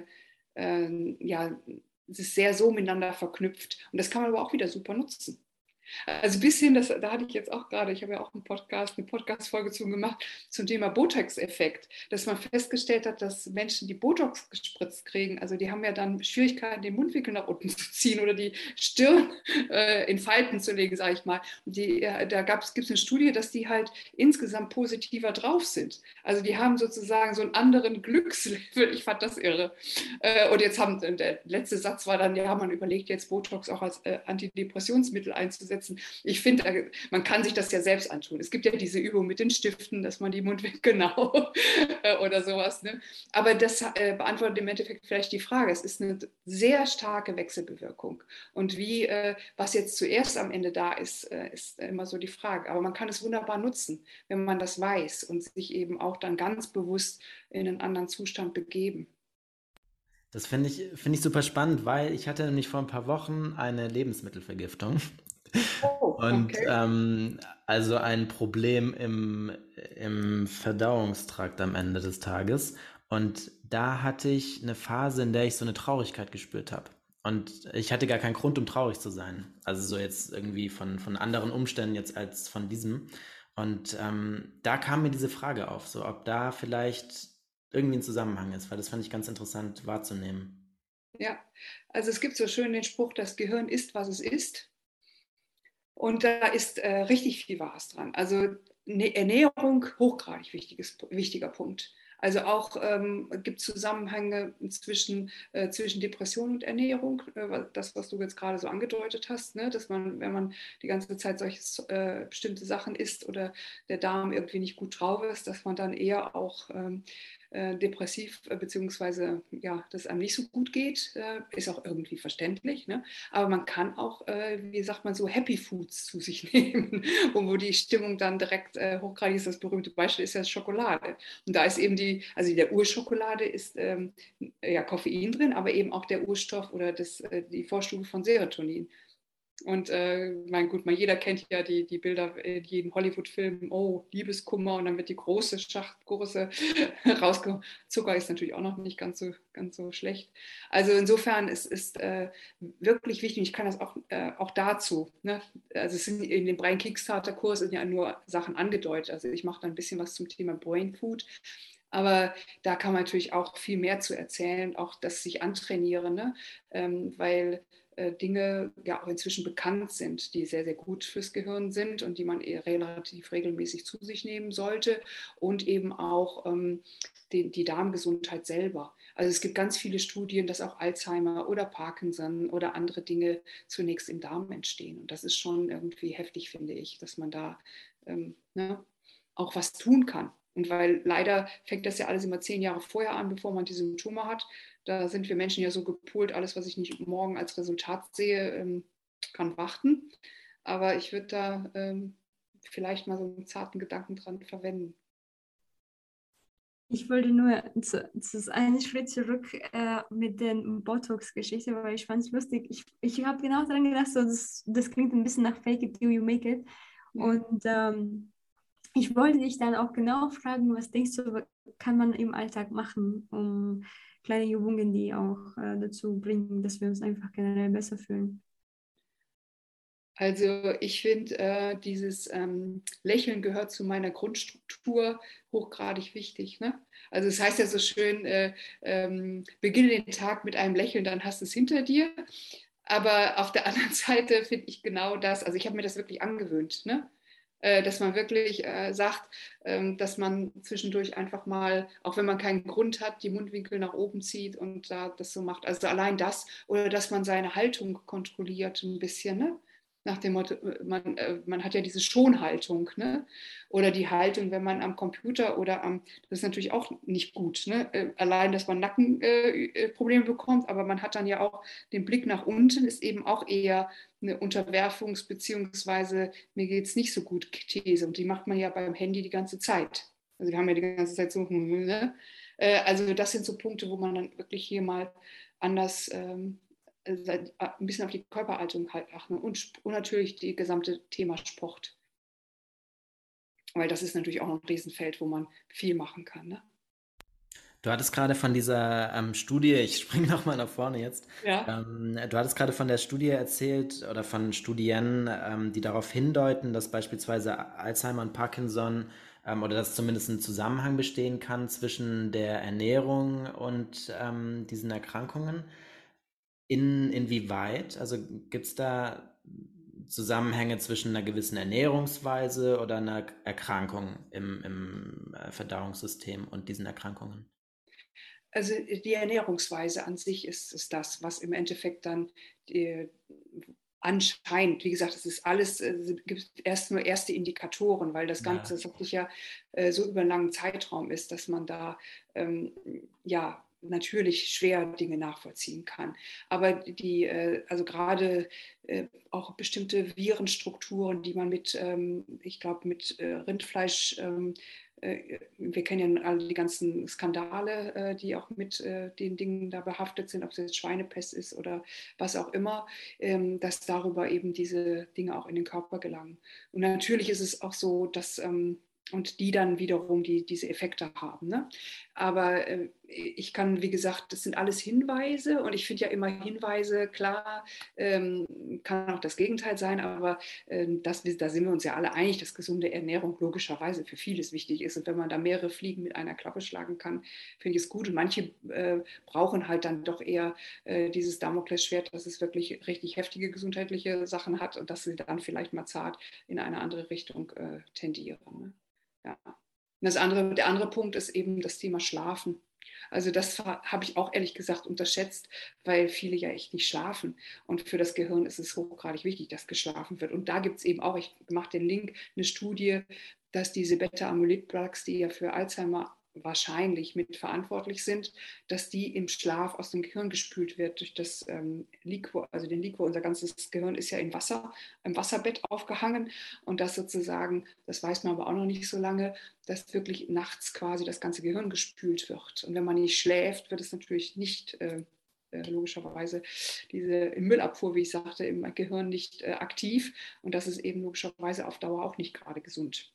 ja, es ist sehr so miteinander verknüpft und das kann man aber auch wieder super nutzen. Also bis hin, da hatte ich jetzt auch gerade, ich habe ja auch eine Podcast-Folge zu gemacht zum Thema Botox-Effekt, dass man festgestellt hat, dass Menschen, die Botox gespritzt kriegen, also die haben ja dann Schwierigkeiten, den Mundwinkel nach unten zu ziehen oder die Stirn in Falten zu legen, sage ich mal. Und da gibt es eine Studie, dass die halt insgesamt positiver drauf sind. Also die haben sozusagen so einen anderen Glückslevel. Ich fand das irre. Und jetzt der letzte Satz war dann, ja, man überlegt jetzt Botox auch als Antidepressionsmittel einzusetzen. Ich finde, man kann sich das ja selbst antun. Es gibt ja diese Übung mit den Stiften, dass man die Mundwinkel genau oder sowas. Ne? Aber das beantwortet im Endeffekt vielleicht die Frage. Es ist eine sehr starke Wechselbewirkung. Und was jetzt zuerst am Ende da ist, ist immer so die Frage. Aber man kann es wunderbar nutzen, wenn man das weiß und sich eben auch dann ganz bewusst in einen anderen Zustand begeben. Das finde ich super spannend, weil ich hatte nämlich vor ein paar Wochen eine Lebensmittelvergiftung. Oh, Und okay. also ein Problem im Verdauungstrakt am Ende des Tages. Und da hatte ich eine Phase, in der ich so eine Traurigkeit gespürt habe. Und ich hatte gar keinen Grund, um traurig zu sein. Also so jetzt irgendwie von anderen Umständen jetzt als von diesem. Und da kam mir diese Frage auf, so ob da vielleicht irgendwie ein Zusammenhang ist, weil das fand ich ganz interessant wahrzunehmen. Ja, also es gibt so schön den Spruch, das Gehirn ist, was es ist. Und da ist richtig viel Wahres dran. Also Ernährung, hochgradig wichtiger Punkt. Also auch gibt es Zusammenhänge zwischen Depression und Ernährung, das, was du jetzt gerade so angedeutet hast, ne? Dass man, wenn man die ganze Zeit solche bestimmte Sachen isst oder der Darm irgendwie nicht gut drauf ist, dass man dann eher auch depressiv beziehungsweise ja, dass es einem nicht so gut geht, ist auch irgendwie verständlich. Ne? Aber man kann auch, wie sagt man so, Happy Foods zu sich nehmen, wo die Stimmung dann direkt hochgradig ist. Das berühmte Beispiel ist ja Schokolade. Und da ist eben also der Urschokolade ist ja Koffein drin, aber eben auch der Urstoff oder die Vorstufe von Serotonin. Und jeder kennt ja die Bilder in jedem Hollywood-Film, oh, Liebeskummer und dann wird die große Schachtkurse rausgekommen. Zucker ist natürlich auch noch nicht ganz so schlecht. Also insofern ist wirklich wichtig, ich kann das auch dazu, ne? Also es sind in dem Brain Kickstarter-Kurs sind ja nur Sachen angedeutet, also ich mache da ein bisschen was zum Thema Brain Food, aber da kann man natürlich auch viel mehr zu erzählen, auch das sich antrainieren, ne? Weil Dinge ja auch inzwischen bekannt sind, die sehr, sehr gut fürs Gehirn sind und die man relativ regelmäßig zu sich nehmen sollte und eben auch die Darmgesundheit selber. Also es gibt ganz viele Studien, dass auch Alzheimer oder Parkinson oder andere Dinge zunächst im Darm entstehen. Und das ist schon irgendwie heftig, finde ich, dass man da ne, auch was tun kann. Und weil leider fängt das ja alles immer 10 Jahre vorher an, bevor man die Symptome hat. Da sind wir Menschen ja so gepolt, alles, was ich nicht morgen als Resultat sehe, kann warten. Aber ich würde da vielleicht mal so einen zarten Gedanken dran verwenden. Ich wollte nur einen Schritt zurück mit der Botox-Geschichte, weil ich fand es lustig. Ich habe genau daran gedacht, so, das klingt ein bisschen nach Fake it till you make it. Mhm. Und ich wollte dich dann auch genau fragen, was denkst du, kann man im Alltag machen, um kleine Übungen, die auch dazu bringen, dass wir uns einfach generell besser fühlen? Also ich finde, dieses Lächeln gehört zu meiner Grundstruktur hochgradig wichtig. Ne? Also es heißt ja so schön, beginne den Tag mit einem Lächeln, dann hast du es hinter dir. Aber auf der anderen Seite finde ich genau das, also ich habe mir das wirklich angewöhnt, ne? Dass man wirklich sagt, dass man zwischendurch einfach mal, auch wenn man keinen Grund hat, die Mundwinkel nach oben zieht und da das so macht. Also allein das oder dass man seine Haltung kontrolliert ein bisschen, ne? nach dem Motto, man hat ja diese Schonhaltung, ne? Oder die Haltung, wenn man am Computer oder das ist natürlich auch nicht gut, ne? Allein, dass man Nackenprobleme bekommt, aber man hat dann ja auch den Blick nach unten, ist eben auch eher eine Unterwerfungs- beziehungsweise mir geht es nicht so gut These und die macht man ja beim Handy die ganze Zeit. Also wir haben ja die ganze Zeit so, ne? Also das sind so Punkte, wo man dann wirklich hier mal anders ein bisschen auf die Körperhaltung halt achten und natürlich das gesamte Thema Sport. Weil das ist natürlich auch noch ein Riesenfeld, wo man viel machen kann. Ne? Du hattest gerade von dieser Studie, ich springe nochmal nach vorne jetzt, Ja. du hattest gerade von der Studie erzählt oder von Studien, die darauf hindeuten, dass beispielsweise Alzheimer und Parkinson oder dass zumindest ein Zusammenhang bestehen kann zwischen der Ernährung und diesen Erkrankungen. Inwieweit? Also gibt es da Zusammenhänge zwischen einer gewissen Ernährungsweise oder einer Erkrankung im Verdauungssystem und diesen Erkrankungen? Also die Ernährungsweise an sich ist das, was im Endeffekt dann anscheinend, wie gesagt, es ist alles, gibt erst nur erste Indikatoren, weil das Ja. Ganze wirklich ja so über einen langen Zeitraum ist, dass man da ja natürlich schwer Dinge nachvollziehen kann. Aber also gerade auch bestimmte Virenstrukturen, die man mit, ich glaube, mit Rindfleisch wir kennen ja alle die ganzen Skandale, die auch mit den Dingen da behaftet sind, ob es jetzt Schweinepest ist oder was auch immer, dass darüber eben diese Dinge auch in den Körper gelangen. Und natürlich ist es auch so, dass und die dann wiederum diese Effekte haben. Ne? Aber ich kann, wie gesagt, das sind alles Hinweise und ich finde ja immer Hinweise, klar, kann auch das Gegenteil sein, aber da sind wir uns ja alle einig, dass gesunde Ernährung logischerweise für vieles wichtig ist. Und wenn man da mehrere Fliegen mit einer Klappe schlagen kann, finde ich es gut. Und manche brauchen halt dann doch eher dieses Damoklesschwert, dass es wirklich richtig heftige gesundheitliche Sachen hat und dass sie dann vielleicht mal zart in eine andere Richtung tendieren. Ne? Ja. Und der andere Punkt ist eben das Thema Schlafen. Also das habe ich auch ehrlich gesagt unterschätzt, weil viele ja echt nicht schlafen. Und für das Gehirn ist es hochgradig wichtig, dass geschlafen wird. Und da gibt es eben auch, ich mache den Link, eine Studie, dass diese Beta-Amyloid-Plaques, die ja für Alzheimer wahrscheinlich mitverantwortlich sind, dass die im Schlaf aus dem Gehirn gespült wird durch das Liquor, also den Liquor. Unser ganzes Gehirn ist ja in Wasser, im Wasserbett aufgehangen und das sozusagen, das weiß man aber auch noch nicht so lange, dass wirklich nachts quasi das ganze Gehirn gespült wird. Und wenn man nicht schläft, wird es natürlich nicht logischerweise diese Müllabfuhr, wie ich sagte, im Gehirn nicht aktiv. Und das ist eben logischerweise auf Dauer auch nicht gerade gesund.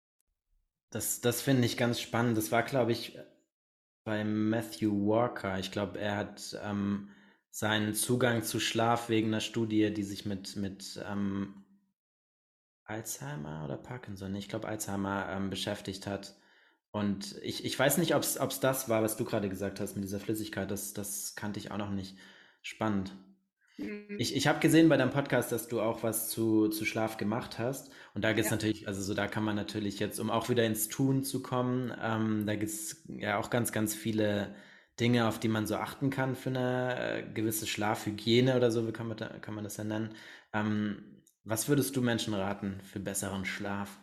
Das finde ich ganz spannend. Das war, glaube ich, bei Matthew Walker. Ich glaube, er hat seinen Zugang zu Schlaf wegen einer Studie, die sich mit Alzheimer oder Parkinson, nee, ich glaube Alzheimer, beschäftigt hat. Und ich weiß nicht, ob es das war, was du gerade gesagt hast mit dieser Flüssigkeit. Das kannte ich auch noch nicht. Spannend. Mhm. Ich habe gesehen bei deinem Podcast, dass du auch was zu Schlaf gemacht hast. Und da gibt es Ja. natürlich, also so da kann man natürlich jetzt, um auch wieder ins Tun zu kommen, da gibt es ja auch ganz, ganz viele Dinge, auf die man so achten kann für eine gewisse Schlafhygiene oder so, wie kann man das ja nennen. Was würdest du Menschen raten für besseren Schlaf?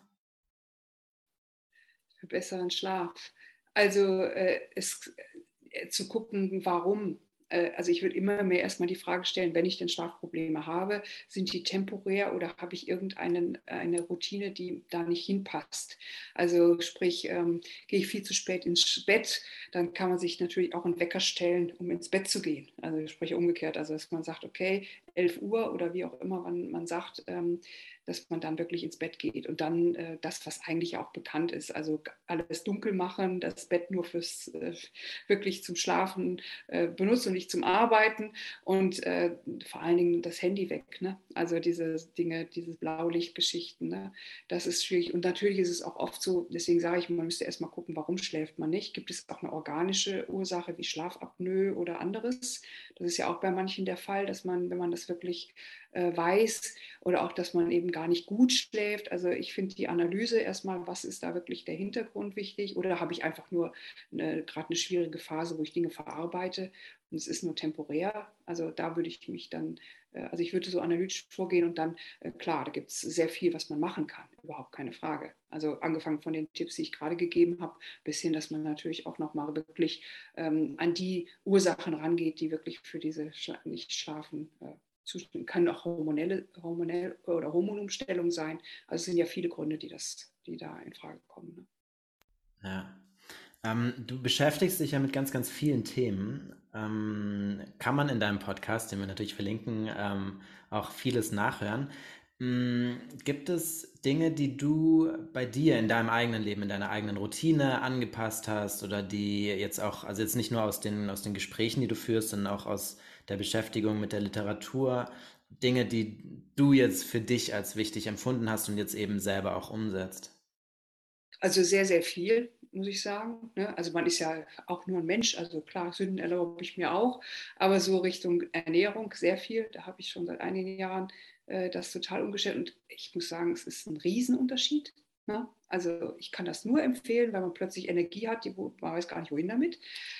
Für besseren Schlaf. Also zu gucken, warum. Also ich würde immer mehr erstmal die Frage stellen, wenn ich denn Schlafprobleme habe, sind die temporär oder habe ich eine Routine, die da nicht hinpasst? Also sprich, gehe ich viel zu spät ins Bett, dann kann man sich natürlich auch einen Wecker stellen, um ins Bett zu gehen. Also sprich umgekehrt, also dass man sagt, okay, 11 Uhr oder wie auch immer wann man sagt, dass man dann wirklich ins Bett geht und dann das, was eigentlich auch bekannt ist, also alles dunkel machen, das Bett nur fürs wirklich zum Schlafen benutzt und nicht zum Arbeiten und vor allen Dingen das Handy weg. Ne? Also diese Dinge, diese Blaulichtgeschichten, ne? Das ist schwierig und natürlich ist es auch oft so, deswegen sage ich, man müsste erstmal gucken, warum schläft man nicht. Gibt es auch eine organische Ursache wie Schlafapnoe oder anderes? Das ist ja auch bei manchen der Fall, dass man, wenn man das wirklich weiß oder auch, dass man eben gar nicht gut schläft. Also ich finde die Analyse erstmal, was ist da wirklich der Hintergrund wichtig, oder habe ich einfach nur gerade eine schwierige Phase, wo ich Dinge verarbeite und es ist nur temporär. Also da würde ich mich dann, also ich würde so analytisch vorgehen und dann, klar, da gibt es sehr viel, was man machen kann, überhaupt keine Frage. Also angefangen von den Tipps, die ich gerade gegeben habe, bis hin, dass man natürlich auch nochmal wirklich an die Ursachen rangeht, die wirklich für diese Nicht-Schlafen zustimmen. Kann auch hormonell oder Hormonumstellung sein. Also es sind ja viele Gründe, die da in Frage kommen. Ne? Ja. Du beschäftigst dich ja mit ganz, ganz vielen Themen. Kann man in deinem Podcast, den wir natürlich verlinken, auch vieles nachhören. Gibt es Dinge, die du bei dir in deinem eigenen Leben, in deiner eigenen Routine angepasst hast oder die jetzt auch, also jetzt nicht nur aus den Gesprächen, die du führst, sondern auch aus der Beschäftigung mit der Literatur, Dinge, die du jetzt für dich als wichtig empfunden hast und jetzt eben selber auch umsetzt? Also sehr, sehr viel, muss ich sagen. Ne? Also man ist ja auch nur ein Mensch, also klar, Sünden erlaube ich mir auch, aber so Richtung Ernährung sehr viel. Da habe ich schon seit einigen Jahren das total umgestellt und ich muss sagen, es ist ein Riesenunterschied. Ne? Also ich kann das nur empfehlen, weil man plötzlich Energie hat, man weiß gar nicht, wohin damit.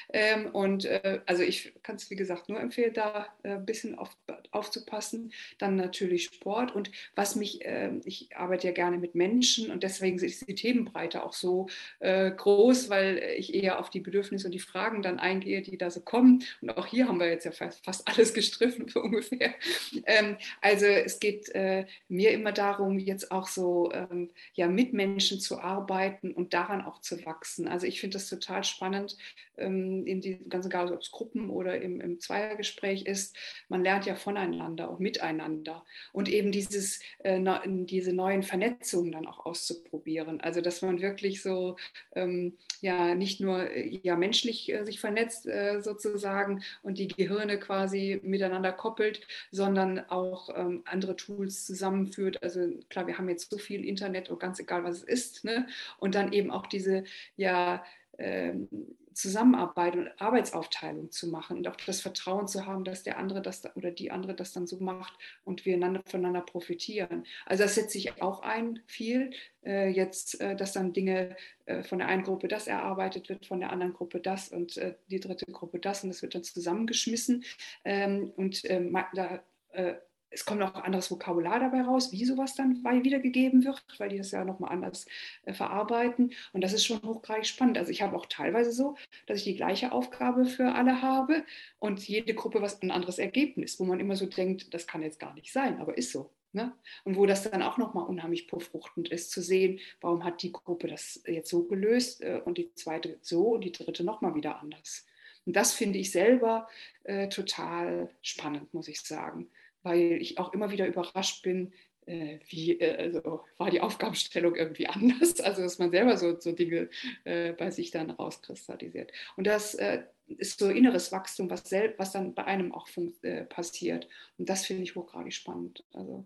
Also ich kann es, wie gesagt, nur empfehlen, da ein bisschen aufzupassen. Dann natürlich Sport und ich arbeite ja gerne mit Menschen und deswegen ist die Themenbreite auch so groß, weil ich eher auf die Bedürfnisse und die Fragen dann eingehe, die da so kommen. Und auch hier haben wir jetzt ja fast alles gestriffen, so ungefähr. Also es geht mir immer darum, jetzt auch so ja, mit Menschen zu arbeiten und daran auch zu wachsen. Also ich finde das total spannend, in die ganz egal, ob es Gruppen oder im Zweiergespräch ist. Man lernt ja voneinander und miteinander und eben diese neuen Vernetzungen dann auch auszuprobieren. Also dass man wirklich so ja nicht nur ja, menschlich sich vernetzt sozusagen und die Gehirne quasi miteinander koppelt, sondern auch andere Tools zusammenführt. Also klar, wir haben jetzt so viel Internet und ganz egal, was es ist. Ne? Und dann eben auch diese ja, Zusammenarbeit und Arbeitsaufteilung zu machen und auch das Vertrauen zu haben, dass der andere das oder die andere das dann so macht und wir voneinander profitieren. Also das setze ich auch ein, viel. Dass dann Dinge von der einen Gruppe das erarbeitet wird, von der anderen Gruppe das und die dritte Gruppe das und das wird dann zusammengeschmissen. Es kommt auch anderes Vokabular dabei raus, wie sowas dann wiedergegeben wird, weil die das ja nochmal anders verarbeiten. Und das ist schon hochgradig spannend. Also ich habe auch teilweise so, dass ich die gleiche Aufgabe für alle habe und jede Gruppe ein anderes Ergebnis, wo man immer so denkt, das kann jetzt gar nicht sein, aber ist so. Ne? Und wo das dann auch nochmal unheimlich befruchtend ist, zu sehen, warum hat die Gruppe das jetzt so gelöst und die zweite so und die dritte nochmal wieder anders. Und das finde ich selber total spannend, muss ich sagen, weil ich auch immer wieder überrascht bin, also war die Aufgabenstellung irgendwie anders, also dass man selber so Dinge bei sich dann rauskristallisiert. Und das ist so inneres Wachstum, was dann bei einem auch passiert. Und das finde ich hochgradig spannend. Also.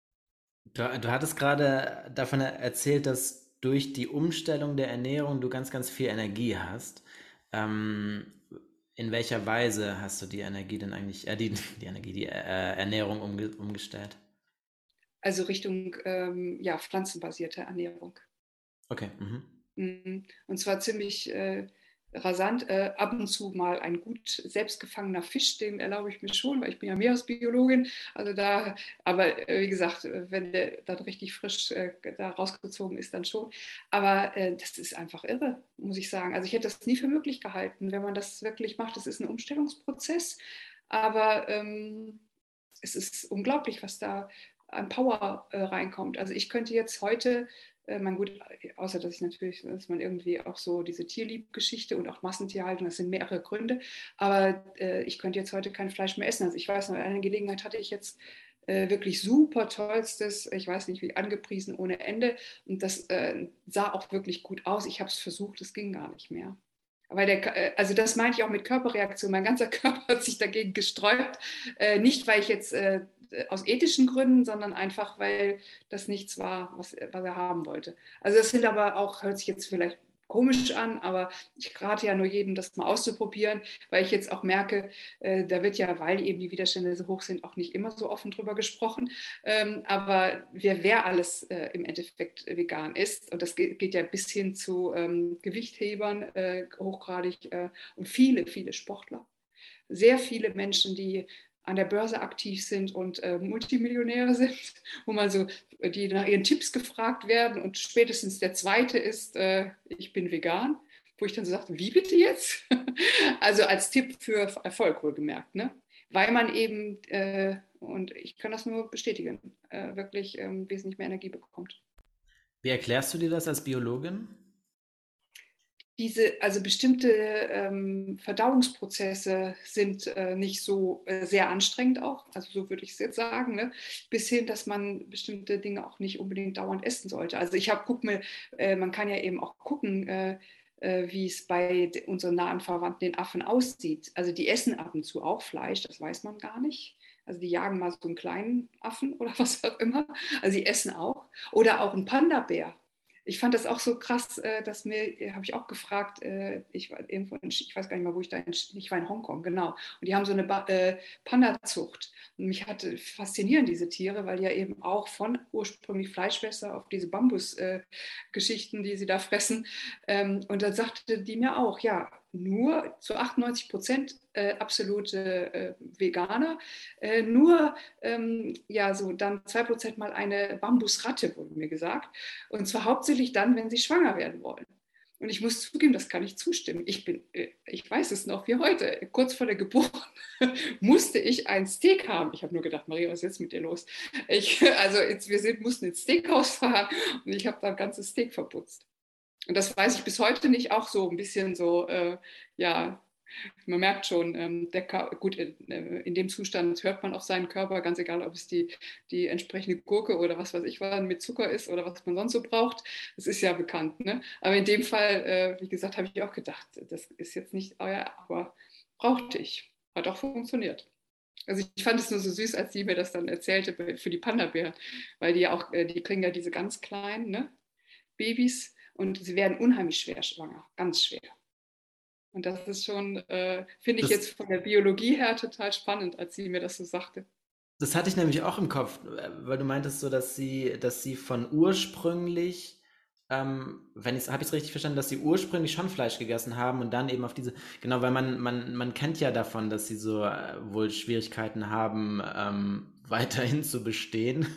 Du hattest gerade davon erzählt, dass durch die Umstellung der Ernährung du ganz, ganz viel Energie hast. Ähm, in welcher Weise hast du die Energie denn eigentlich, die Ernährung umgestellt? Also Richtung ja, pflanzenbasierte Ernährung. Okay. Mhm. Und zwar ziemlich rasant. Ab und zu mal ein gut selbstgefangener Fisch, den erlaube ich mir schon, weil ich bin ja Meeresbiologin. Also aber wie gesagt, wenn der dann richtig frisch da rausgezogen ist, dann schon. Aber das ist einfach irre, muss ich sagen. Also ich hätte das nie für möglich gehalten, wenn man das wirklich macht. Das ist ein Umstellungsprozess, aber es ist unglaublich, was da an Power reinkommt. Also ich könnte jetzt heute gut, außer dass man irgendwie auch so diese Tierliebgeschichte und auch Massentierhaltung, das sind mehrere Gründe, aber ich könnte jetzt heute kein Fleisch mehr essen. Also ich weiß noch, eine Gelegenheit hatte ich jetzt wirklich super tollstes, ich weiß nicht wie, angepriesen ohne Ende und das sah auch wirklich gut aus. Ich habe es versucht, es ging gar nicht mehr. Also das meine ich auch mit Körperreaktion. Mein ganzer Körper hat sich dagegen gesträubt. Nicht, weil ich jetzt aus ethischen Gründen, sondern einfach, weil das nichts war, was er haben wollte. Also das sind aber auch, hört sich jetzt vielleicht komisch an, aber ich rate ja nur jedem, das mal auszuprobieren, weil ich jetzt auch merke, da wird ja, weil eben die Widerstände so hoch sind, auch nicht immer so offen drüber gesprochen. Aber wer alles im Endeffekt vegan ist, und das geht ja bis hin zu Gewichthebern hochgradig und viele, viele Sportler, sehr viele Menschen, die an der Börse aktiv sind und Multimillionäre sind, wo man so, die nach ihren Tipps gefragt werden und spätestens der zweite ist, ich bin vegan, wo ich dann so sagte, wie bitte jetzt? Also als Tipp für Erfolg wohlgemerkt, ne? Weil man eben, und ich kann das nur bestätigen, wirklich wesentlich mehr Energie bekommt. Wie erklärst du dir das als Biologin? Also bestimmte Verdauungsprozesse sind nicht so sehr anstrengend auch, also so würde ich es jetzt sagen, ne? Bis hin, dass man bestimmte Dinge auch nicht unbedingt dauernd essen sollte. Also man kann ja eben auch gucken, wie es bei unseren nahen Verwandten, den Affen, aussieht. Also die essen ab und zu auch Fleisch, das weiß man gar nicht. Also die jagen mal so einen kleinen Affen oder was auch immer. Also die essen auch. Oder auch ein Panda-Bär. Ich fand das auch so krass, habe ich auch gefragt, ich war irgendwo ich weiß gar nicht mal, wo ich war in Hongkong, genau. Und die haben so eine Panda-Zucht. Und mich faszinieren diese Tiere, weil die ja eben auch von ursprünglich Fleischfresser auf diese Bambus-Geschichten, die sie da fressen. Und dann sagte die mir auch, ja, nur zu 98% absolute Veganer, nur ja, so dann 2% mal eine Bambusratte, wurde mir gesagt. Und zwar hauptsächlich dann, wenn sie schwanger werden wollen. Und ich muss zugeben, das kann ich zustimmen. Ich weiß es noch wie heute. Kurz vor der Geburt musste ich ein Steak haben. Ich habe nur gedacht, Maria, was ist jetzt mit dir los? Mussten ins Steakhouse fahren und ich habe da ein ganzes Steak verputzt. Und das weiß ich bis heute nicht, auch so ein bisschen so, ja, man merkt schon, gut, in dem Zustand hört man auf seinen Körper, ganz egal, ob es die entsprechende Gurke oder was weiß ich was mit Zucker ist oder was man sonst so braucht. Das ist ja bekannt. Ne? Aber in dem Fall, wie gesagt, habe ich auch gedacht, das ist jetzt nicht euer, aber brauchte ich. Hat auch funktioniert. Also ich fand es nur so süß, als sie mir das dann erzählte für die Panda-Bären, weil die ja auch, die kriegen ja diese ganz kleinen, ne, Babys und sie werden unheimlich schwer schwanger, ganz schwer. Und das ist schon, finde ich Das, jetzt von der Biologie her total spannend, als sie mir das so sagte. das hatte ich nämlich auch im Kopf, weil du meintest so, dass sie von ursprünglich, habe ich es richtig verstanden, dass sie ursprünglich schon Fleisch gegessen haben und dann eben auf diese, genau, weil man kennt ja davon, dass sie so wohl Schwierigkeiten haben, weiterhin zu bestehen.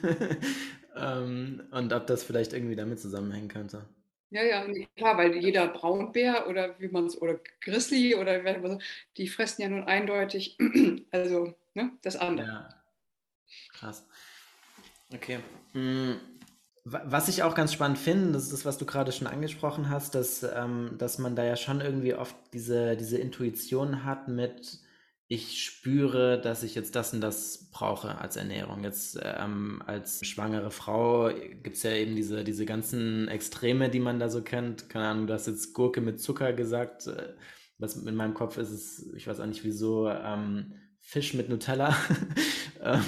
Und ob das vielleicht irgendwie damit zusammenhängen könnte. Ja, ja, nee, klar, weil jeder Braunbär oder oder Grizzly oder die fressen ja nun eindeutig, also ne, das andere. Ja, krass. Okay. Was ich auch ganz spannend finde, das ist das, was du gerade schon angesprochen hast, dass man da ja schon irgendwie oft diese Intuition hat mit, ich spüre, dass ich jetzt das und das brauche als Ernährung. Jetzt als schwangere Frau gibt es ja eben diese ganzen Extreme, die man da so kennt. Keine Ahnung, du hast jetzt Gurke mit Zucker gesagt. Was in meinem Kopf ist, ich weiß auch nicht wieso, Fisch mit Nutella. ähm,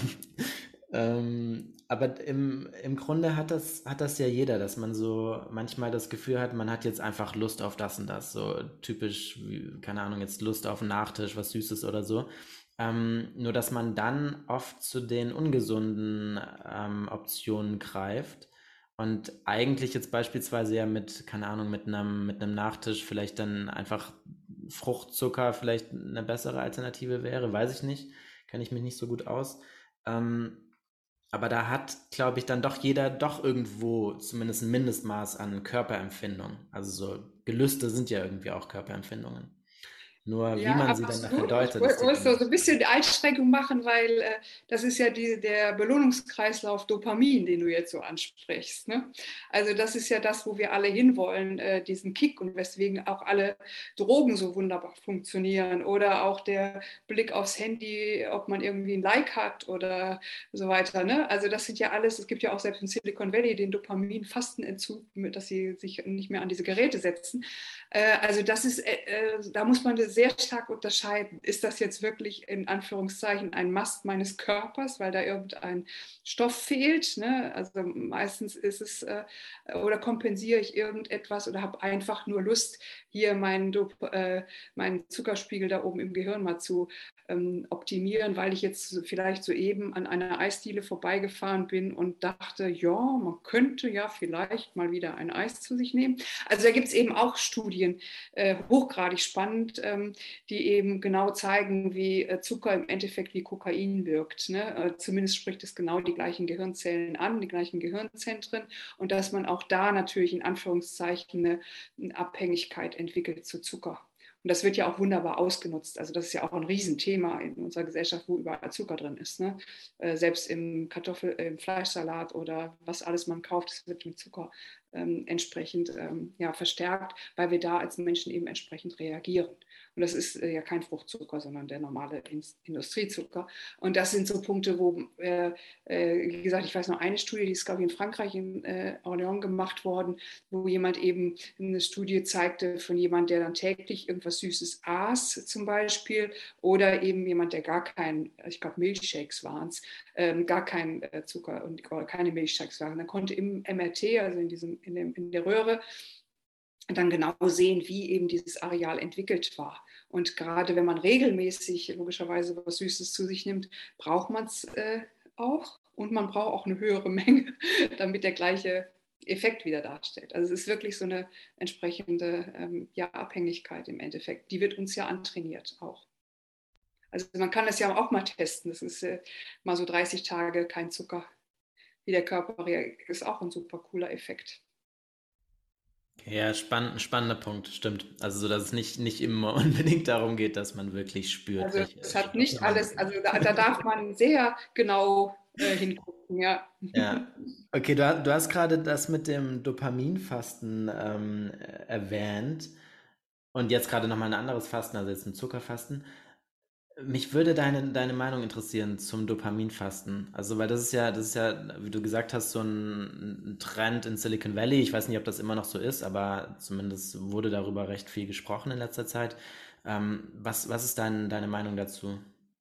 aber im Grunde hat das ja jeder, dass man so manchmal das Gefühl hat, man hat jetzt einfach Lust auf das und das. So typisch, keine Ahnung, jetzt Lust auf einen Nachtisch, was Süßes oder so. Nur, dass man dann oft zu den ungesunden Optionen greift und eigentlich jetzt beispielsweise ja mit, keine Ahnung, mit einem Nachtisch vielleicht dann einfach Fruchtzucker vielleicht eine bessere Alternative wäre, weiß ich nicht, kenne ich mich nicht so gut aus. Ähm, aber da hat, glaube ich, dann doch jeder doch irgendwo zumindest ein Mindestmaß an Körperempfindung. Also so Gelüste sind ja irgendwie auch Körperempfindungen. Nur wie Ja, man sie dann nachher absolut. Ich deutet, ist die muss so andere ein bisschen Frage. die Einschränkung machen, weil das ist ja der Belohnungskreislauf Dopamin, den du jetzt so ansprichst. Ne? Also das ist ja das, wo wir alle hinwollen, diesen Kick und weswegen auch alle Drogen so wunderbar funktionieren oder auch der Blick aufs Handy, ob man irgendwie ein Like hat oder so weiter. Ne? Also das sind ja alles, es gibt ja auch selbst in Silicon Valley den Dopamin-Fastenentzug, dass sie sich nicht mehr an diese Geräte setzen. Also das ist, da muss man sehr stark unterscheiden. Ist das jetzt wirklich in Anführungszeichen ein Mast meines Körpers, weil da irgendein Stoff fehlt? Ne? Also meistens ist es, oder kompensiere ich irgendetwas oder habe einfach nur Lust, hier meinen Zuckerspiegel da oben im Gehirn mal zu optimieren, weil ich jetzt vielleicht soeben an einer Eisdiele vorbeigefahren bin und dachte, ja, man könnte ja vielleicht mal wieder ein Eis zu sich nehmen. Also da gibt es eben auch Studien, hochgradig spannend, die eben genau zeigen, wie Zucker im Endeffekt wie Kokain wirkt. Ne? Zumindest spricht es genau die gleichen Gehirnzellen an, die gleichen Gehirnzentren und dass man auch da natürlich in Anführungszeichen eine Abhängigkeit entwickelt zu Zucker. Und das wird ja auch wunderbar ausgenutzt. Also das ist ja auch ein Riesenthema in unserer Gesellschaft, wo überall Zucker drin ist. Ne? Selbst im im Fleischsalat oder was alles man kauft, das wird mit Zucker entsprechend verstärkt, weil wir da als Menschen eben entsprechend reagieren. Und das ist ja kein Fruchtzucker, sondern der normale Industriezucker. Und das sind so Punkte, wo, wie gesagt, ich weiß noch eine Studie, die ist, glaube ich, in Frankreich, in Orléans gemacht worden, wo jemand eben eine Studie zeigte von jemand, der dann täglich irgendwas Süßes aß zum Beispiel oder eben jemand, der gar kein, ich glaube Milchshakes waren es, gar kein Zucker und keine Milchshakes waren. Dann konnte im MRT, also in der Röhre, dann genau sehen, wie eben dieses Areal entwickelt war. Und gerade wenn man regelmäßig logischerweise was Süßes zu sich nimmt, braucht man es auch und man braucht auch eine höhere Menge, damit der gleiche Effekt wieder darstellt. Also es ist wirklich so eine entsprechende Abhängigkeit im Endeffekt. Die wird uns ja antrainiert auch. Also man kann das ja auch mal testen. Das ist mal so 30 Tage kein Zucker, wie der Körper reagiert. Ist auch ein super cooler Effekt. Ja, spannender Punkt, stimmt. Also so, dass es nicht immer unbedingt darum geht, dass man wirklich spürt, Also welche es hat Stoffe nicht man. alles, also da darf man sehr genau hingucken, ja. Ja. Okay, du hast gerade das mit dem Dopaminfasten erwähnt und jetzt gerade nochmal ein anderes Fasten, also jetzt ein Zuckerfasten. Mich würde deine Meinung interessieren zum Dopaminfasten. Also, weil das ist ja, wie du gesagt hast, so ein Trend in Silicon Valley. Ich weiß nicht, ob das immer noch so ist, aber zumindest wurde darüber recht viel gesprochen in letzter Zeit. Was ist deine Meinung dazu?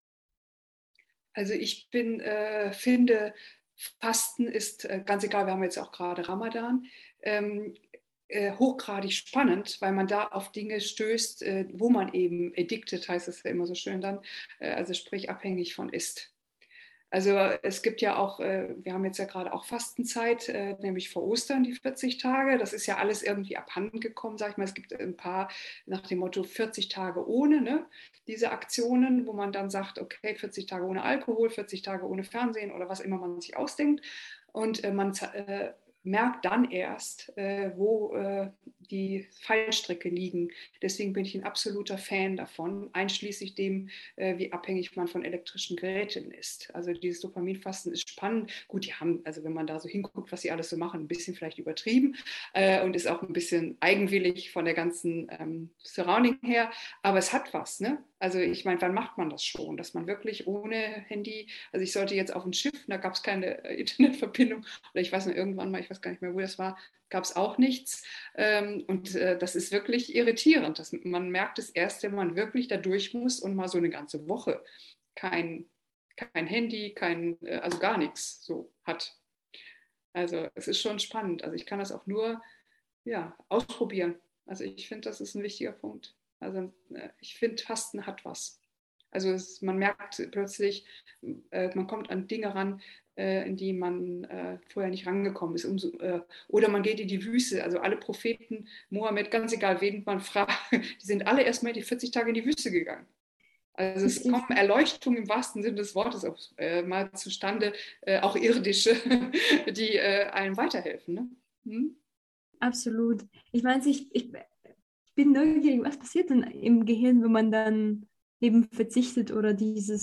Also ich finde, Fasten ist ganz egal, wir haben jetzt auch gerade Ramadan, ähm, hochgradig spannend, weil man da auf Dinge stößt, wo man eben addicted, heißt es ja immer so schön dann, also sprich abhängig von ist. Also es gibt ja auch, wir haben jetzt ja gerade auch Fastenzeit, nämlich vor Ostern die 40 Tage. Das ist ja alles irgendwie abhanden gekommen, sag ich mal. Es gibt ein paar nach dem Motto 40 Tage ohne, ne? Diese Aktionen, wo man dann sagt, okay, 40 Tage ohne Alkohol, 40 Tage ohne Fernsehen oder was immer man sich ausdenkt. Und man merkt dann erst, wo die Fallstricke liegen. Deswegen bin ich ein absoluter Fan davon, einschließlich dem, wie abhängig man von elektrischen Geräten ist. Also dieses Dopaminfasten ist spannend. Gut, die haben, also wenn man da so hinguckt, was sie alles so machen, ein bisschen vielleicht übertrieben und ist auch ein bisschen eigenwillig von der ganzen Surrounding her. Aber es hat was, ne? Also ich meine, wann macht man das schon? Dass man wirklich ohne Handy, also ich sollte jetzt auf ein Schiff, da gab es keine Internetverbindung oder ich weiß noch irgendwann mal, ich weiß gar nicht mehr, wo das war, gab es auch nichts. Und das ist wirklich irritierend. Man merkt es erst, wenn man wirklich da durch muss und mal so eine ganze Woche kein, kein Handy, also gar nichts so hat. Also es ist schon spannend. Also ich kann das auch nur ausprobieren. Also ich finde, das ist ein wichtiger Punkt. Also ich finde, Fasten hat was. Also man merkt plötzlich, man kommt an Dinge ran, in die man vorher nicht rangekommen ist. Oder man geht in die Wüste. Also alle Propheten, Mohammed, ganz egal, wen man fragt, die sind alle erstmal die 40 Tage in die Wüste gegangen. Also Es es ist kommen Erleuchtungen im wahrsten Sinne des Wortes mal zustande, auch irdische, die einem weiterhelfen. Ne? Hm? absolut. Ich meine, ich bin neugierig, was passiert denn im Gehirn, wenn man dann eben verzichtet oder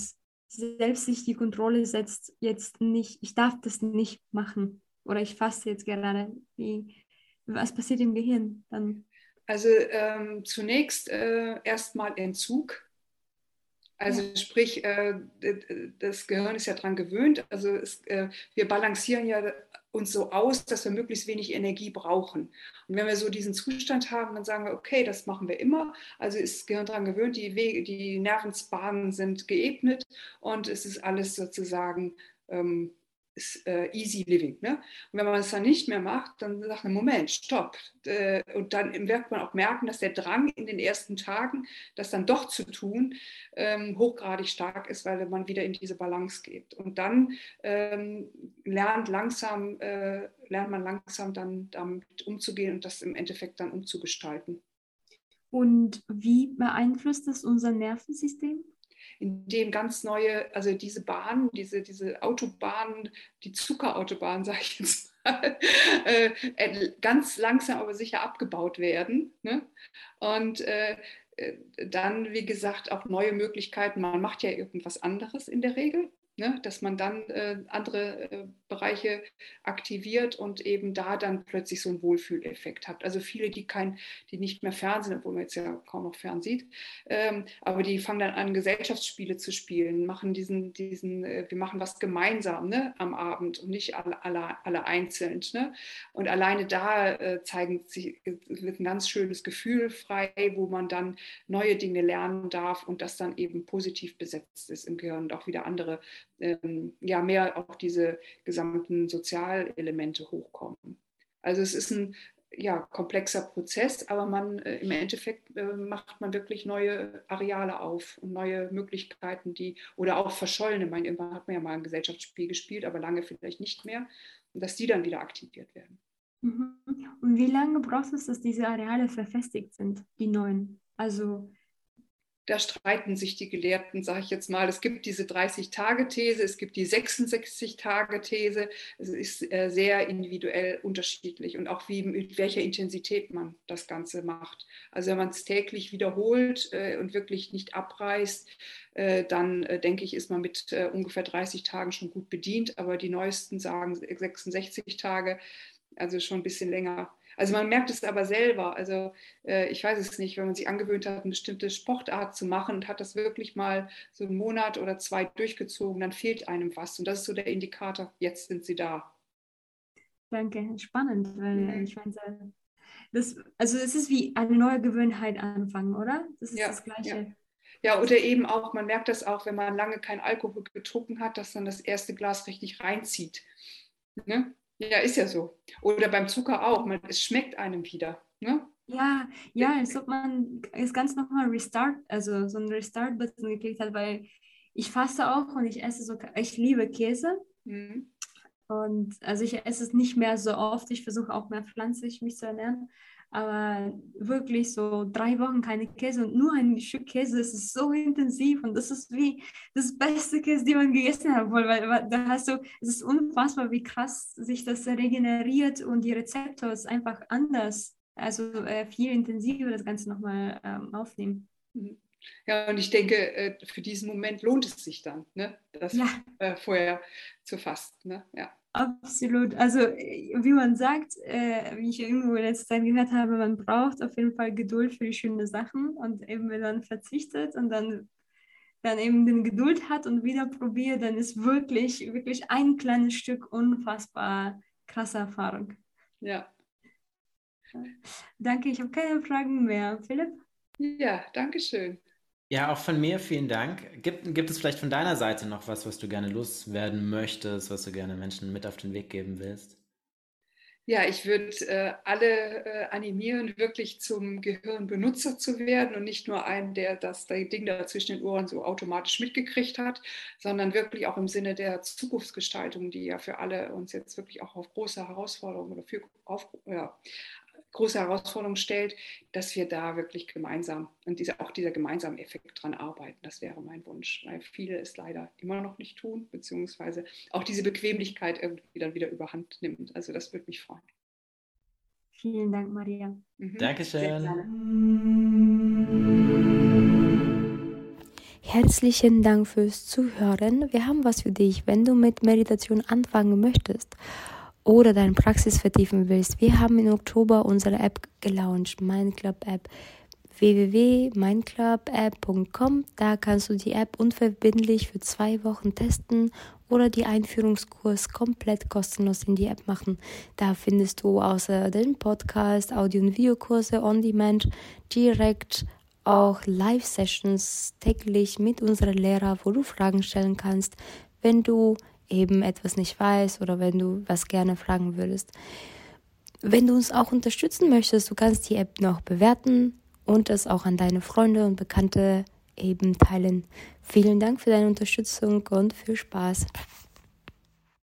selbst sich die Kontrolle setzt, jetzt nicht, ich darf das nicht machen oder ich faste jetzt gerade. Was passiert im Gehirn dann? Also zunächst erstmal Entzug. Also Ja, sprich, das Gehirn ist ja daran gewöhnt. Also wir balancieren ja uns so aus, dass wir möglichst wenig Energie brauchen. Und wenn wir so diesen Zustand haben, dann sagen wir, okay, das machen wir immer. Also ist das Gehirn daran gewöhnt, die Nervenbahnen sind geebnet und es ist alles sozusagen ist easy living. Ne? Und wenn man es dann nicht mehr macht, dann sagt man, Moment, stopp. Und dann wird man auch merken, dass der Drang in den ersten Tagen, das dann doch zu tun, hochgradig stark ist, weil man wieder in diese Balance geht. Und dann lernt man langsam dann damit umzugehen und das im Endeffekt dann umzugestalten. Und wie beeinflusst das unser Nervensystem? Indem ganz neue, also diese Bahnen, diese Autobahnen, die Zuckerautobahnen, sage ich jetzt mal, ganz langsam aber sicher abgebaut werden. Ne? Und dann, wie gesagt, auch neue Möglichkeiten. Man macht ja irgendwas anderes in der Regel, ne? Dass man dann andere Bereiche aktiviert und eben da dann plötzlich so einen Wohlfühleffekt hat. Also viele, die nicht mehr fernsehen, obwohl man jetzt ja kaum noch fern sieht, aber die fangen dann an, Gesellschaftsspiele zu spielen, machen wir machen was gemeinsam, ne, am Abend und nicht alle einzeln. Ne? Und alleine da wird ein ganz schönes Gefühl frei, wo man dann neue Dinge lernen darf und das dann eben positiv besetzt ist im Gehirn und auch wieder andere, mehr auch diese gesamten Sozialelemente hochkommen. Also es ist ein komplexer Prozess, aber im Endeffekt macht man wirklich neue Areale auf und neue Möglichkeiten, oder auch verschollene, irgendwann hat man ja mal ein Gesellschaftsspiel gespielt, aber lange vielleicht nicht mehr, und dass die dann wieder aktiviert werden. Mhm. Und wie lange braucht es, dass diese Areale verfestigt sind, die neuen? Also da streiten sich die Gelehrten, sage ich jetzt mal. Es gibt diese 30-Tage-These, es gibt die 66-Tage-These. Es ist sehr individuell unterschiedlich und auch mit welcher Intensität man das Ganze macht. Also wenn man es täglich wiederholt und wirklich nicht abreißt, dann denke ich, ist man mit ungefähr 30 Tagen schon gut bedient. Aber die neuesten sagen 66 Tage, also schon ein bisschen länger. Also man merkt es aber selber, also ich weiß es nicht, wenn man sich angewöhnt hat, eine bestimmte Sportart zu machen und hat das wirklich mal so einen Monat oder 2 durchgezogen, dann fehlt einem was und das ist so der Indikator, jetzt sind sie da. danke, spannend, weil ich meine, also es ist wie eine neue Gewohnheit anfangen, oder? Das ist das Gleiche. Ja, oder eben auch, man merkt das auch, wenn man lange keinen Alkohol getrunken hat, dass dann das erste Glas richtig reinzieht. Ne? Ja, ist ja so. Oder beim Zucker auch, es schmeckt einem wieder. Ne? Ja, als ob man es ganz nochmal also so einen Restart-Button geklickt hat, weil ich faste auch und ich liebe Käse. Mhm. Und also ich esse es nicht mehr so oft, ich versuche auch mehr pflanzlich mich zu ernähren, aber wirklich so 3 Wochen keine Käse und nur ein Stück Käse, das ist so intensiv und das ist wie das beste Käse, die man gegessen hat, weil da es ist unfassbar, wie krass sich das regeneriert und die Rezeptor ist einfach anders, also viel intensiver das Ganze nochmal aufnehmen. Mhm. Ja, und ich denke, für diesen Moment lohnt es sich dann, ne, das vorher zu fasten. Ne? Ja. Absolut. Also wie man sagt, wie ich irgendwo in letzter Zeit gehört habe, man braucht auf jeden Fall Geduld für die schönen Sachen und eben wenn man verzichtet und dann eben den Geduld hat und wieder probiert, dann ist wirklich, wirklich ein kleines Stück unfassbar krasse Erfahrung. Ja. Danke, ich habe keine Fragen mehr. Philipp? Ja, danke schön. Ja, auch von mir vielen Dank. Gibt es vielleicht von deiner Seite noch was du gerne loswerden möchtest, was du gerne Menschen mit auf den Weg geben willst? Ja, ich würde alle animieren, wirklich zum Gehirnbenutzer zu werden und nicht nur einen, der das Ding da zwischen den Ohren so automatisch mitgekriegt hat, sondern wirklich auch im Sinne der Zukunftsgestaltung, die ja für alle uns jetzt wirklich auch auf große Herausforderungen große Herausforderungen stellt, dass wir da wirklich gemeinsam und auch dieser gemeinsame Effekt dran arbeiten. Das wäre mein Wunsch, weil viele es leider immer noch nicht tun, beziehungsweise auch diese Bequemlichkeit irgendwie dann wieder überhand nimmt. Also das würde mich freuen. Vielen Dank, Maria. Dankeschön. Sehr gerne. Herzlichen Dank fürs Zuhören. Wir haben was für dich, wenn du mit Meditation anfangen möchtest oder deine Praxis vertiefen willst. Wir haben im Oktober unsere App gelauncht, Mindclub-App, www.mindclubapp.com. Da kannst du die App unverbindlich für 2 Wochen testen oder die Einführungskurs komplett kostenlos in die App machen. Da findest du außer dem Podcast, Audio- und Videokurse on Demand direkt auch Live-Sessions täglich mit unseren Lehrern, wo du Fragen stellen kannst, wenn du eben etwas nicht weißt oder wenn du was gerne fragen würdest. Wenn du uns auch unterstützen möchtest, du kannst die App noch bewerten und es auch an deine Freunde und Bekannte eben teilen. Vielen Dank für deine Unterstützung und viel Spaß.